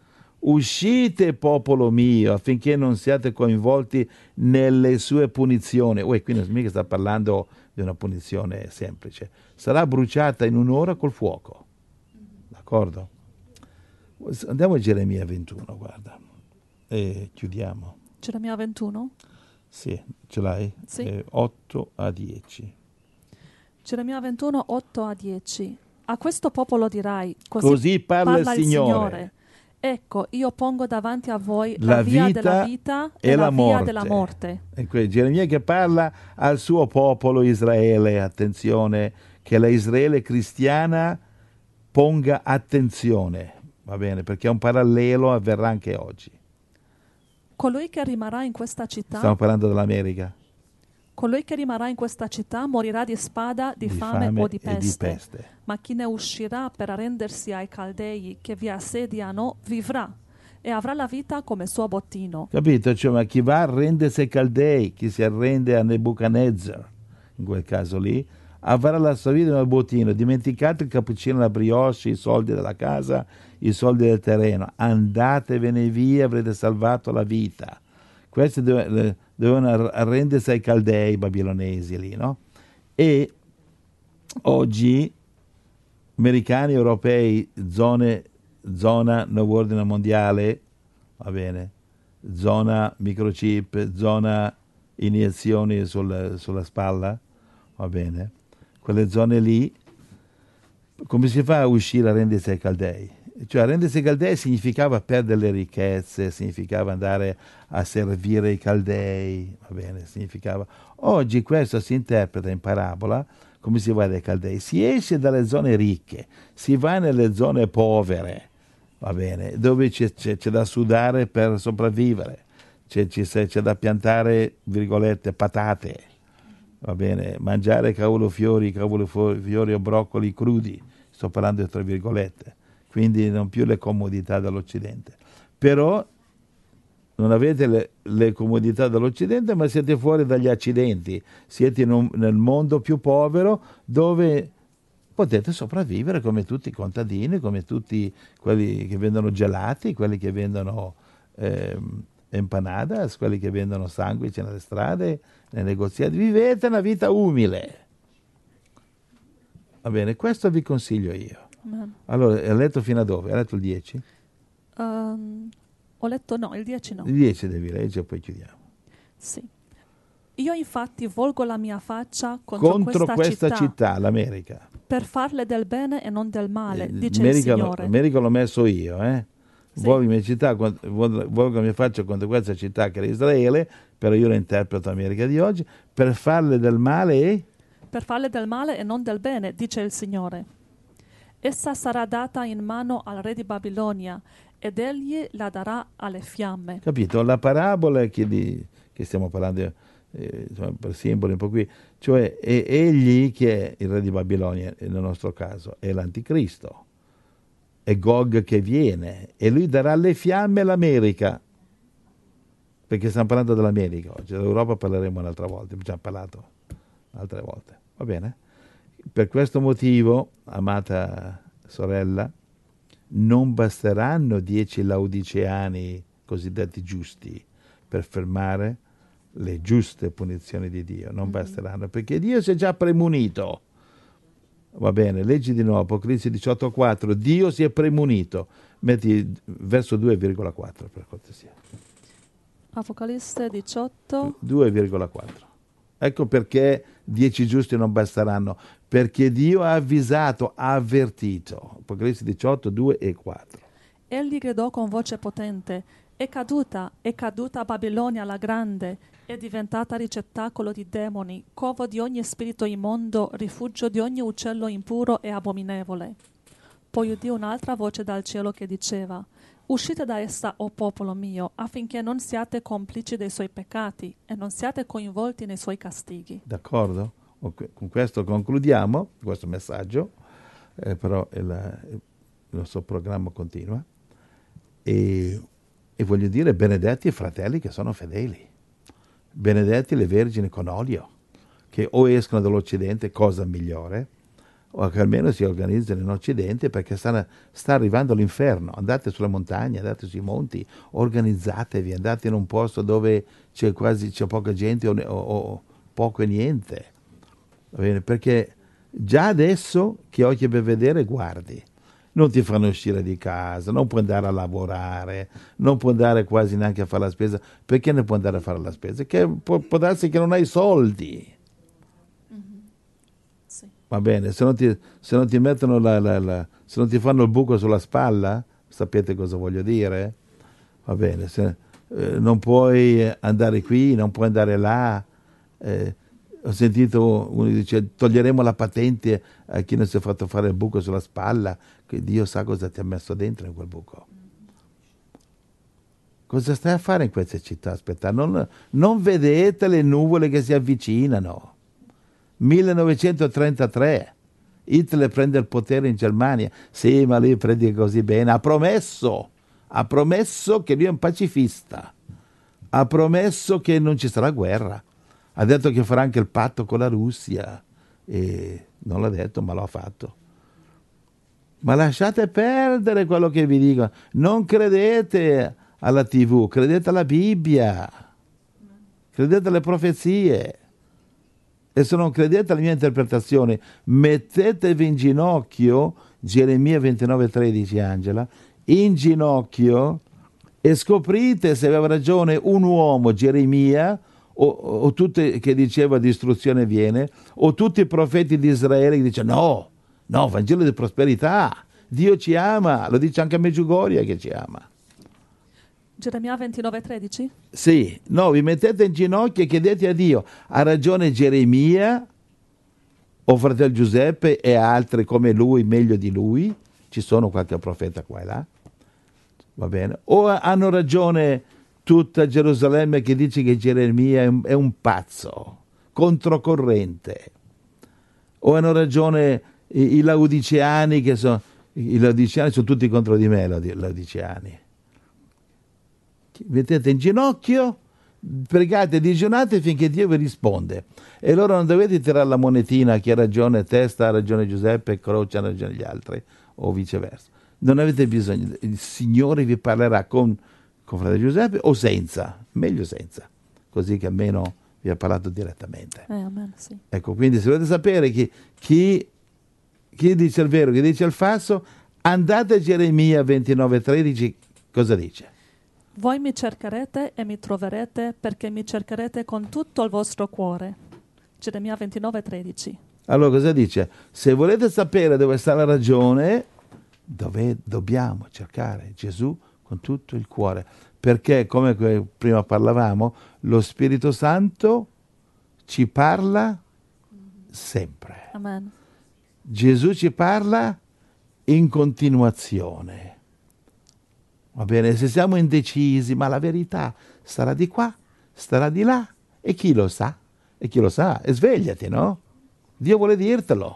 Uscite, popolo mio, affinché non siate coinvolti nelle sue punizioni. Uè, qui non mica sta parlando di una punizione semplice. Sarà bruciata in un'ora col fuoco. D'accordo? Andiamo a Geremia ventuno, guarda, e chiudiamo. Geremia ventuno? Sì, ce l'hai? Sì. Eh, otto a dieci. Geremia ventuno, otto a dieci. A questo popolo dirai, così, Così parla, parla il Signore. Ecco, io pongo davanti a voi La la, via vita della vita e e, la la via morte. della morte. E que- Geremia che parla al suo popolo Israele, attenzione, che la Israele cristiana ponga attenzione, va bene, perché un parallelo avverrà anche oggi. Colui che rimarrà in questa città, Stiamo parlando dell'America. colui che rimarrà in questa città morirà di spada, di, Di fame, fame o di e peste. di peste. Ma chi ne uscirà per arrendersi ai Caldei che vi assediano vivrà e avrà la vita come suo bottino. Capito? Cioè, ma chi va a arrendersi ai Caldei, chi si arrende a Nebuchadnezzar, in quel caso lì, avrà la sua vita come bottino. Dimenticate il cappuccino, la brioche, i soldi della casa, i soldi del terreno. Andatevene via, avrete salvato la vita. Questi dove, dovevano arrendersi ai Caldei babilonesi lì, no? E oggi americani, europei, zone, zona nuovo ordine mondiale, va bene, zona microchip, zona iniezioni sul, sulla spalla, va bene, quelle zone lì, come si fa a uscire a rendersi ai Caldei? Cioè, rendersi ai Caldei significava perdere le ricchezze, significava andare a servire i Caldei, va bene, significava... Oggi questo si interpreta in parabola come si va dai Caldei. Si esce dalle zone ricche, si va nelle zone povere, va bene, dove c'è, c'è, c'è da sudare per sopravvivere, c'è, c'è, c'è da piantare, virgolette, patate, va bene, mangiare cavolfiori, cavolfiori o broccoli crudi, sto parlando tra virgolette. Quindi non più le comodità dell'Occidente. Però non avete le, le comodità dell'Occidente, ma siete fuori dagli accidenti. Siete in un, nel mondo più povero dove potete sopravvivere come tutti i contadini, come tutti quelli che vendono gelati, quelli che vendono eh, empanadas, quelli che vendono sandwich nelle strade, nei negoziati. Vivete una vita umile. Va bene, questo vi consiglio io. Allora, hai letto fino a dove? Hai letto il dieci? Um, ho letto no, il dieci no. Il dieci devi leggere e poi chiudiamo. Sì. Io infatti volgo la mia faccia contro, contro questa, questa città, città, l'America. per farle del bene e non del male, Eh, dice America, il Signore. L'America l'ho messo io, eh? Sì. Volgo la mia città, volgo la mia faccia contro questa città che era Israele, però io la interpreto America di oggi, per farle del male e... Per farle del male e non del bene, dice il Signore. Essa sarà data in mano al re di Babilonia ed egli la darà alle fiamme. Capito? La parabola che, di, che stiamo parlando eh, per simboli un po' qui, cioè è egli che è il re di Babilonia, nel nostro caso, è l'anticristo, è Gog che viene, e lui darà alle fiamme all'America, perché stiamo parlando dell'America oggi, dell'Europa parleremo un'altra volta, abbiamo già parlato altre volte, va bene? Per questo motivo, amata sorella, non basteranno dieci laodiceani cosiddetti giusti per fermare le giuste punizioni di Dio, non mm-hmm. basteranno, perché Dio si è già premunito. Va bene, leggi di nuovo, Apocalisse diciotto quattro, Dio si è premunito. Metti verso due virgola quattro per cortesia. Apocalisse diciotto due virgola quattro. Ecco perché dieci giusti non basteranno, perché Dio ha avvisato, ha avvertito. Apocalisse diciotto, due e quattro. Egli gridò con voce potente: è caduta, è caduta Babilonia la grande, è diventata ricettacolo di demoni, covo di ogni spirito immondo, rifugio di ogni uccello impuro e abominevole. Poi udì un'altra voce dal cielo che diceva: uscite da essa, o popolo mio, affinché non siate complici dei suoi peccati e non siate coinvolti nei suoi castighi. D'accordo? Con questo concludiamo questo messaggio, eh, però il, il nostro programma continua. E, e voglio dire, benedetti i fratelli che sono fedeli, benedetti le vergini con olio, che o escono dall'Occidente, cosa migliore, o che almeno si organizzano in Occidente, perché sta, sta arrivando l'inferno. Andate sulle montagne, andate sui monti, organizzatevi, andate in un posto dove c'è quasi c'è poca gente o, o, o poco e niente. Va bene? Perché già adesso che occhi per vedere, guardi, non ti fanno uscire di casa, non puoi andare a lavorare, non puoi andare quasi neanche a fare la spesa. Perché ne puoi andare a fare la spesa? Che può, può darsi che non hai soldi. Va bene, se non ti, se non ti mettono la, la, la, se non ti fanno il buco sulla spalla, sapete cosa voglio dire? Va bene, se, eh, non puoi andare qui, non puoi andare là. Eh, ho sentito uno dice: toglieremo la patente a chi non si è fatto fare il buco sulla spalla, che Dio sa cosa ti ha messo dentro in quel buco. Cosa stai a fare in queste città? Aspetta, non, non vedete le nuvole che si avvicinano. millenovecentotrentatré, Hitler prende il potere in Germania. Sì, ma lui predica così bene. Ha promesso, ha promesso che lui è un pacifista. Ha promesso che non ci sarà guerra. Ha detto che farà anche il patto con la Russia. E non l'ha detto, ma l'ha fatto. Ma lasciate perdere quello che vi dico. Non credete alla tivù, credete alla Bibbia. Credete alle profezie. E se non credete alla mia interpretazione, mettetevi in ginocchio, Geremia ventinove tredici, Angela, in ginocchio, e scoprite se aveva ragione un uomo, Geremia, o, o tutti che diceva distruzione viene, o tutti i profeti di Israele che dicevano no, no, Vangelo di prosperità, Dio ci ama, lo dice anche a Medjugorje che ci ama. Geremia ventinove tredici? Sì, no, vi mettete in ginocchio e chiedete a Dio. Ha ragione Geremia, o fratello Giuseppe e altri come lui, meglio di lui, ci sono qualche profeta qua e là, va bene? O hanno ragione tutta Gerusalemme che dice che Geremia è un, è un pazzo, controcorrente, o hanno ragione i, i laodiceani che sono, i laodiceani sono tutti contro di me, i laodiceani. Mettete in ginocchio, pregate e digiunate finché Dio vi risponde. E allora non dovete tirare la monetina, chi ha ragione testa, ha ragione Giuseppe, croce, ha ragione gli altri, o viceversa. Non avete bisogno, il Signore vi parlerà con, con fratello Giuseppe o senza, meglio senza, così che almeno vi ha parlato direttamente. Eh, amen, sì. Ecco, quindi se volete sapere chi, chi, chi dice il vero, chi dice il falso, andate a Geremia ventinove tredici, cosa dice? Voi mi cercherete e mi troverete perché mi cercherete con tutto il vostro cuore. Geremia ventinove tredici. Allora cosa dice? Se volete sapere dove sta la ragione, dove dobbiamo cercare Gesù con tutto il cuore. Perché, come prima parlavamo, lo Spirito Santo ci parla sempre. Amen. Gesù ci parla in continuazione. Va bene, se siamo indecisi, ma la verità starà di qua, starà di là, e chi lo sa? E chi lo sa? E svegliati, no? Dio vuole dirtelo.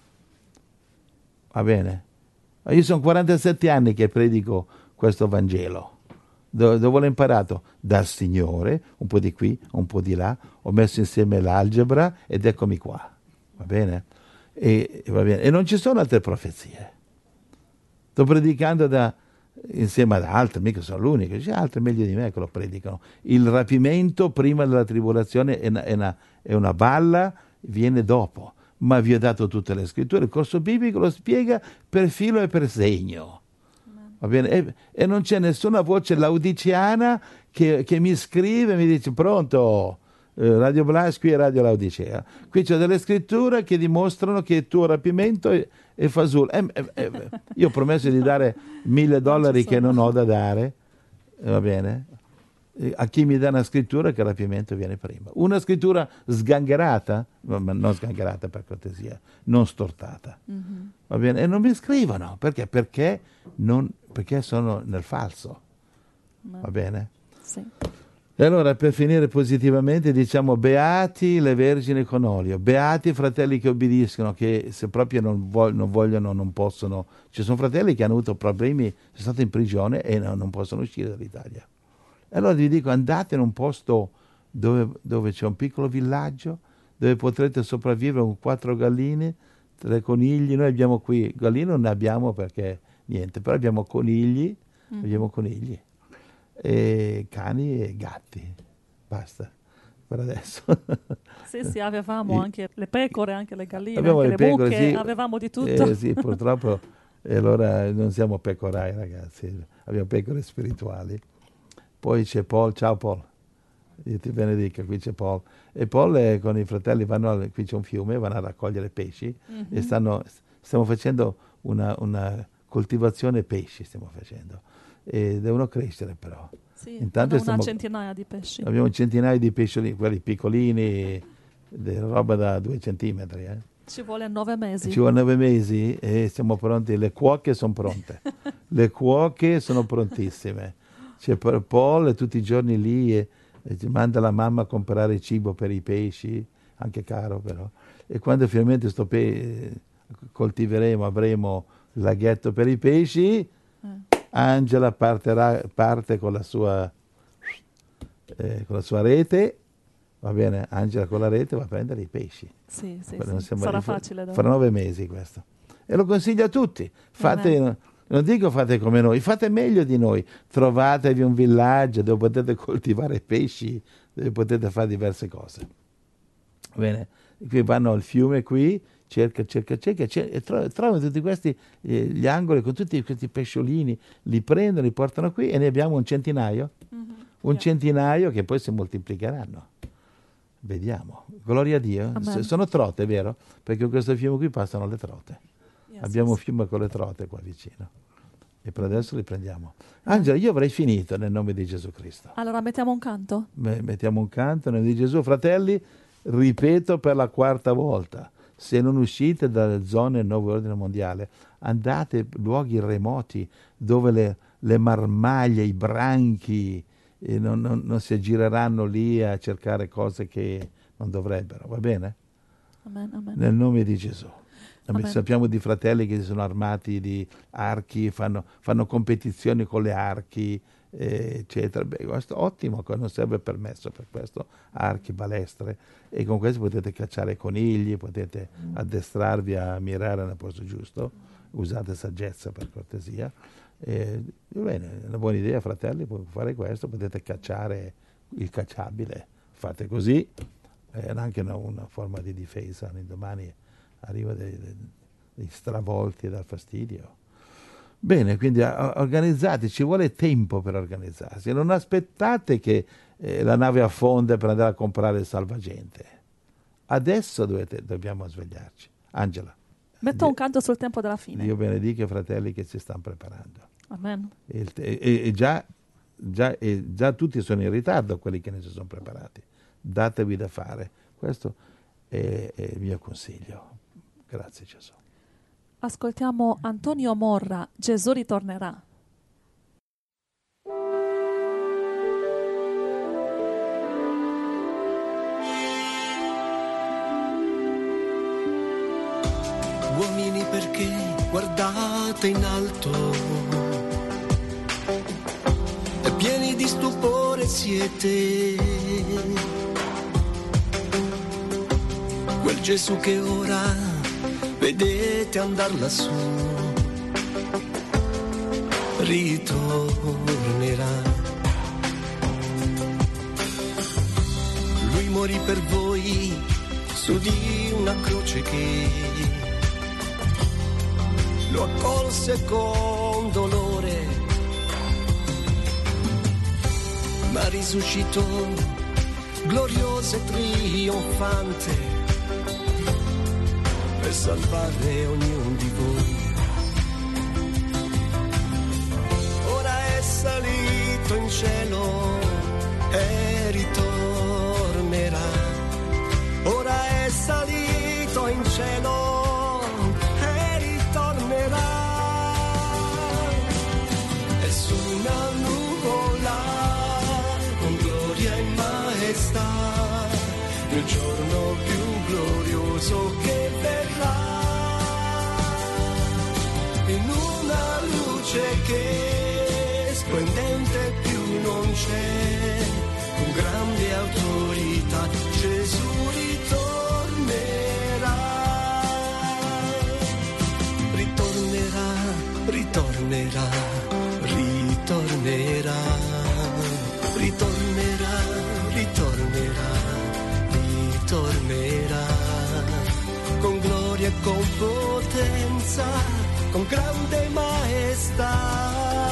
Va bene? Io sono quarantasette anni che predico questo Vangelo. Dove, dove l'ho imparato? Dal Signore, un po' di qui, un po' di là. Ho messo insieme l'algebra ed eccomi qua. Va bene? E, va bene. E non ci sono altre profezie. Sto predicando da, insieme ad altri, mica sono l'unico. C'è altri meglio di me che lo predicano. Il rapimento prima della tribolazione è una, è una, è una balla, viene dopo. Ma vi ho dato tutte le scritture. Il corso biblico lo spiega per filo e per segno. Va bene? E, e non c'è nessuna voce laodiceana che, che mi scrive e mi dice pronto, eh, Radio Blas, qui è Radio Laodicea. Qui c'è delle scritture che dimostrano che il tuo rapimento è, è fasullo. Eh, eh, eh, io ho promesso di dare mille dollari che non ho da dare, eh, va bene? A chi mi dà una scrittura che il rapimento viene prima. Una scrittura sgangherata, ma non sgangherata per cortesia, non stortata. Mm-hmm. Va bene? E non mi scrivono. Perché? Perché, non, perché sono nel falso. No. Va bene? Sì. E allora, per finire positivamente, diciamo beati le vergini con olio, beati i fratelli che obbediscono, che se proprio non, vog- non vogliono, non possono. Ci sono fratelli che hanno avuto problemi, sono stati in prigione e no, non possono uscire dall'Italia. Allora vi dico, andate in un posto dove, dove c'è un piccolo villaggio, dove potrete sopravvivere con quattro galline, tre conigli. Noi abbiamo qui, galline non ne abbiamo perché niente, però abbiamo conigli, mm-hmm. abbiamo conigli, e cani e gatti. Basta, per adesso. Sì, sì, avevamo anche le pecore, anche le galline, abbiamo anche le, le pecore, mucche, sì. avevamo di tutto. Eh, sì, purtroppo, e allora non siamo pecorai, ragazzi, abbiamo pecore spirituali. Poi c'è Paul, ciao Paul, Dio ti benedica, qui c'è Paul. E Paul e con i fratelli vanno, a, qui c'è un fiume, vanno a raccogliere pesci mm-hmm. e stanno, stiamo facendo una, una coltivazione pesci, stiamo facendo. E devono crescere però. Sì, intanto una stiamo, centinaia di pesci. Abbiamo un centinaio di pesciolini, quelli piccolini, de, roba da due centimetri. Eh. Ci vuole nove mesi. Ci vuole nove mesi e siamo pronti, le cuoche sono pronte. Le cuoche sono prontissime. C'è Paul e tutti i giorni lì e, e ci manda la mamma a comprare cibo per i pesci, anche caro però. E quando finalmente sto pe- coltiveremo, avremo il laghetto per i pesci, eh. Angela parterà, parte con la sua eh, con la sua rete, va bene? Angela con la rete va a prendere i pesci. Sì, sì, sì. Sarà rif- facile. Fra nove mesi questo. E lo consiglio a tutti. Fate... Amen. Non dico fate come noi, fate meglio di noi. Trovatevi un villaggio dove potete coltivare pesci, dove potete fare diverse cose. Bene, qui vanno al fiume qui, cerca, cerca, cerca, cerca e tro- trovano tutti questi eh, gli angoli con tutti questi pesciolini, li prendono, li portano qui e ne abbiamo un centinaio. Mm-hmm. Un yeah. centinaio che poi si moltiplicheranno. Vediamo. Gloria a Dio. S- sono trote, vero? Perché in questo fiume qui passano le trote. Yes, abbiamo un fiume con le trote qua vicino. E per adesso li prendiamo. Angela, io avrei finito nel nome di Gesù Cristo. Allora mettiamo un canto? Me- mettiamo un canto nel nome di Gesù. Fratelli, ripeto per la quarta volta, se non uscite dalle zone del nuovo ordine mondiale, andate in luoghi remoti dove le, le marmaglie, i branchi eh, non, non, non si aggireranno lì a cercare cose che non dovrebbero, va bene? Amen, amen. Nel nome di Gesù. Amen. Sappiamo di fratelli che si sono armati di archi, fanno, fanno competizioni con le archi, eh, eccetera. Beh, questo è ottimo, non serve permesso per questo, archi, balestre, e con questo potete cacciare conigli, potete addestrarvi a mirare nel posto giusto, usate saggezza per cortesia. Eh, bene, è una buona idea, fratelli, potete fare questo, potete cacciare il cacciabile, fate così, è anche una, una forma di difesa, domani arriva dei, dei, dei stravolti dal fastidio. Bene, quindi a, organizzate, ci vuole tempo per organizzarsi, non aspettate che eh, la nave affonda per andare a comprare il salvagente. Adesso dovete, dobbiamo svegliarci. Angela. Metto un canto sul tempo della fine. Dio benedica i fratelli che si stanno preparando. Amen. E, e, e, già, già, e già tutti sono in ritardo quelli che ne si sono preparati. Datevi da fare. Questo è, è il mio consiglio. Grazie Gesù. Ascoltiamo Antonio Morra, Gesù ritornerà. Uomini, perché guardate in alto e pieni di stupore siete. Quel Gesù che ora vedete andar lassù ritornerà. Lui morì per voi su di una croce che lo accolse con dolore, ma risuscitò glorioso e trionfante per salvare ognuno di voi. Ora è salito in cielo e ritornerà. Ora è salito in cielo e ritornerà. E su una nuvola con gloria e maestà, nel giorno più glorioso che verrà, in una luce che splendente più non c'è, con grande autorità Gesù ritornerà, ritornerà, ritornerà, ritornerà, ritornerà, ritornerà, ritornerà, con gloria e con potenza, con grande maestà.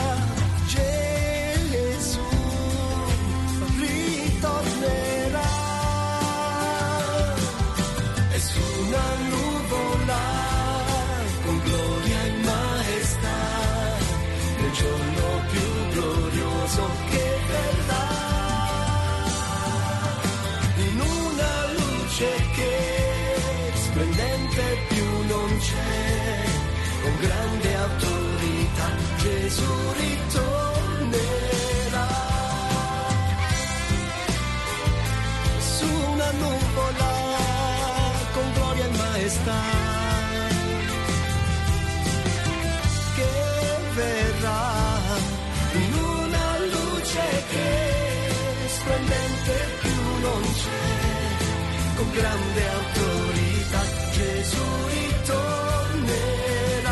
Gesù ritornerà, e su una nuvola con gloria e maestà, nel giorno più glorioso che verrà, in una luce che splendente più non c'è, con grande autorità Gesù ritornerà, su una nuvola con gloria e maestà, che verrà, in una luce che splendente più non c'è, con grande autorità Gesù ritornerà.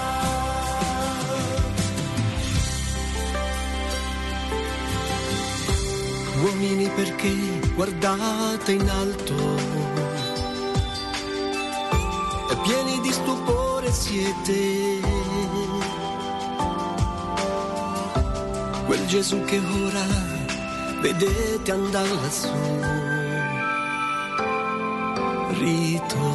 Uomini, perché guardate in alto e pieni di stupore siete. Quel Gesù che ora vedete andare lassù ritornerà.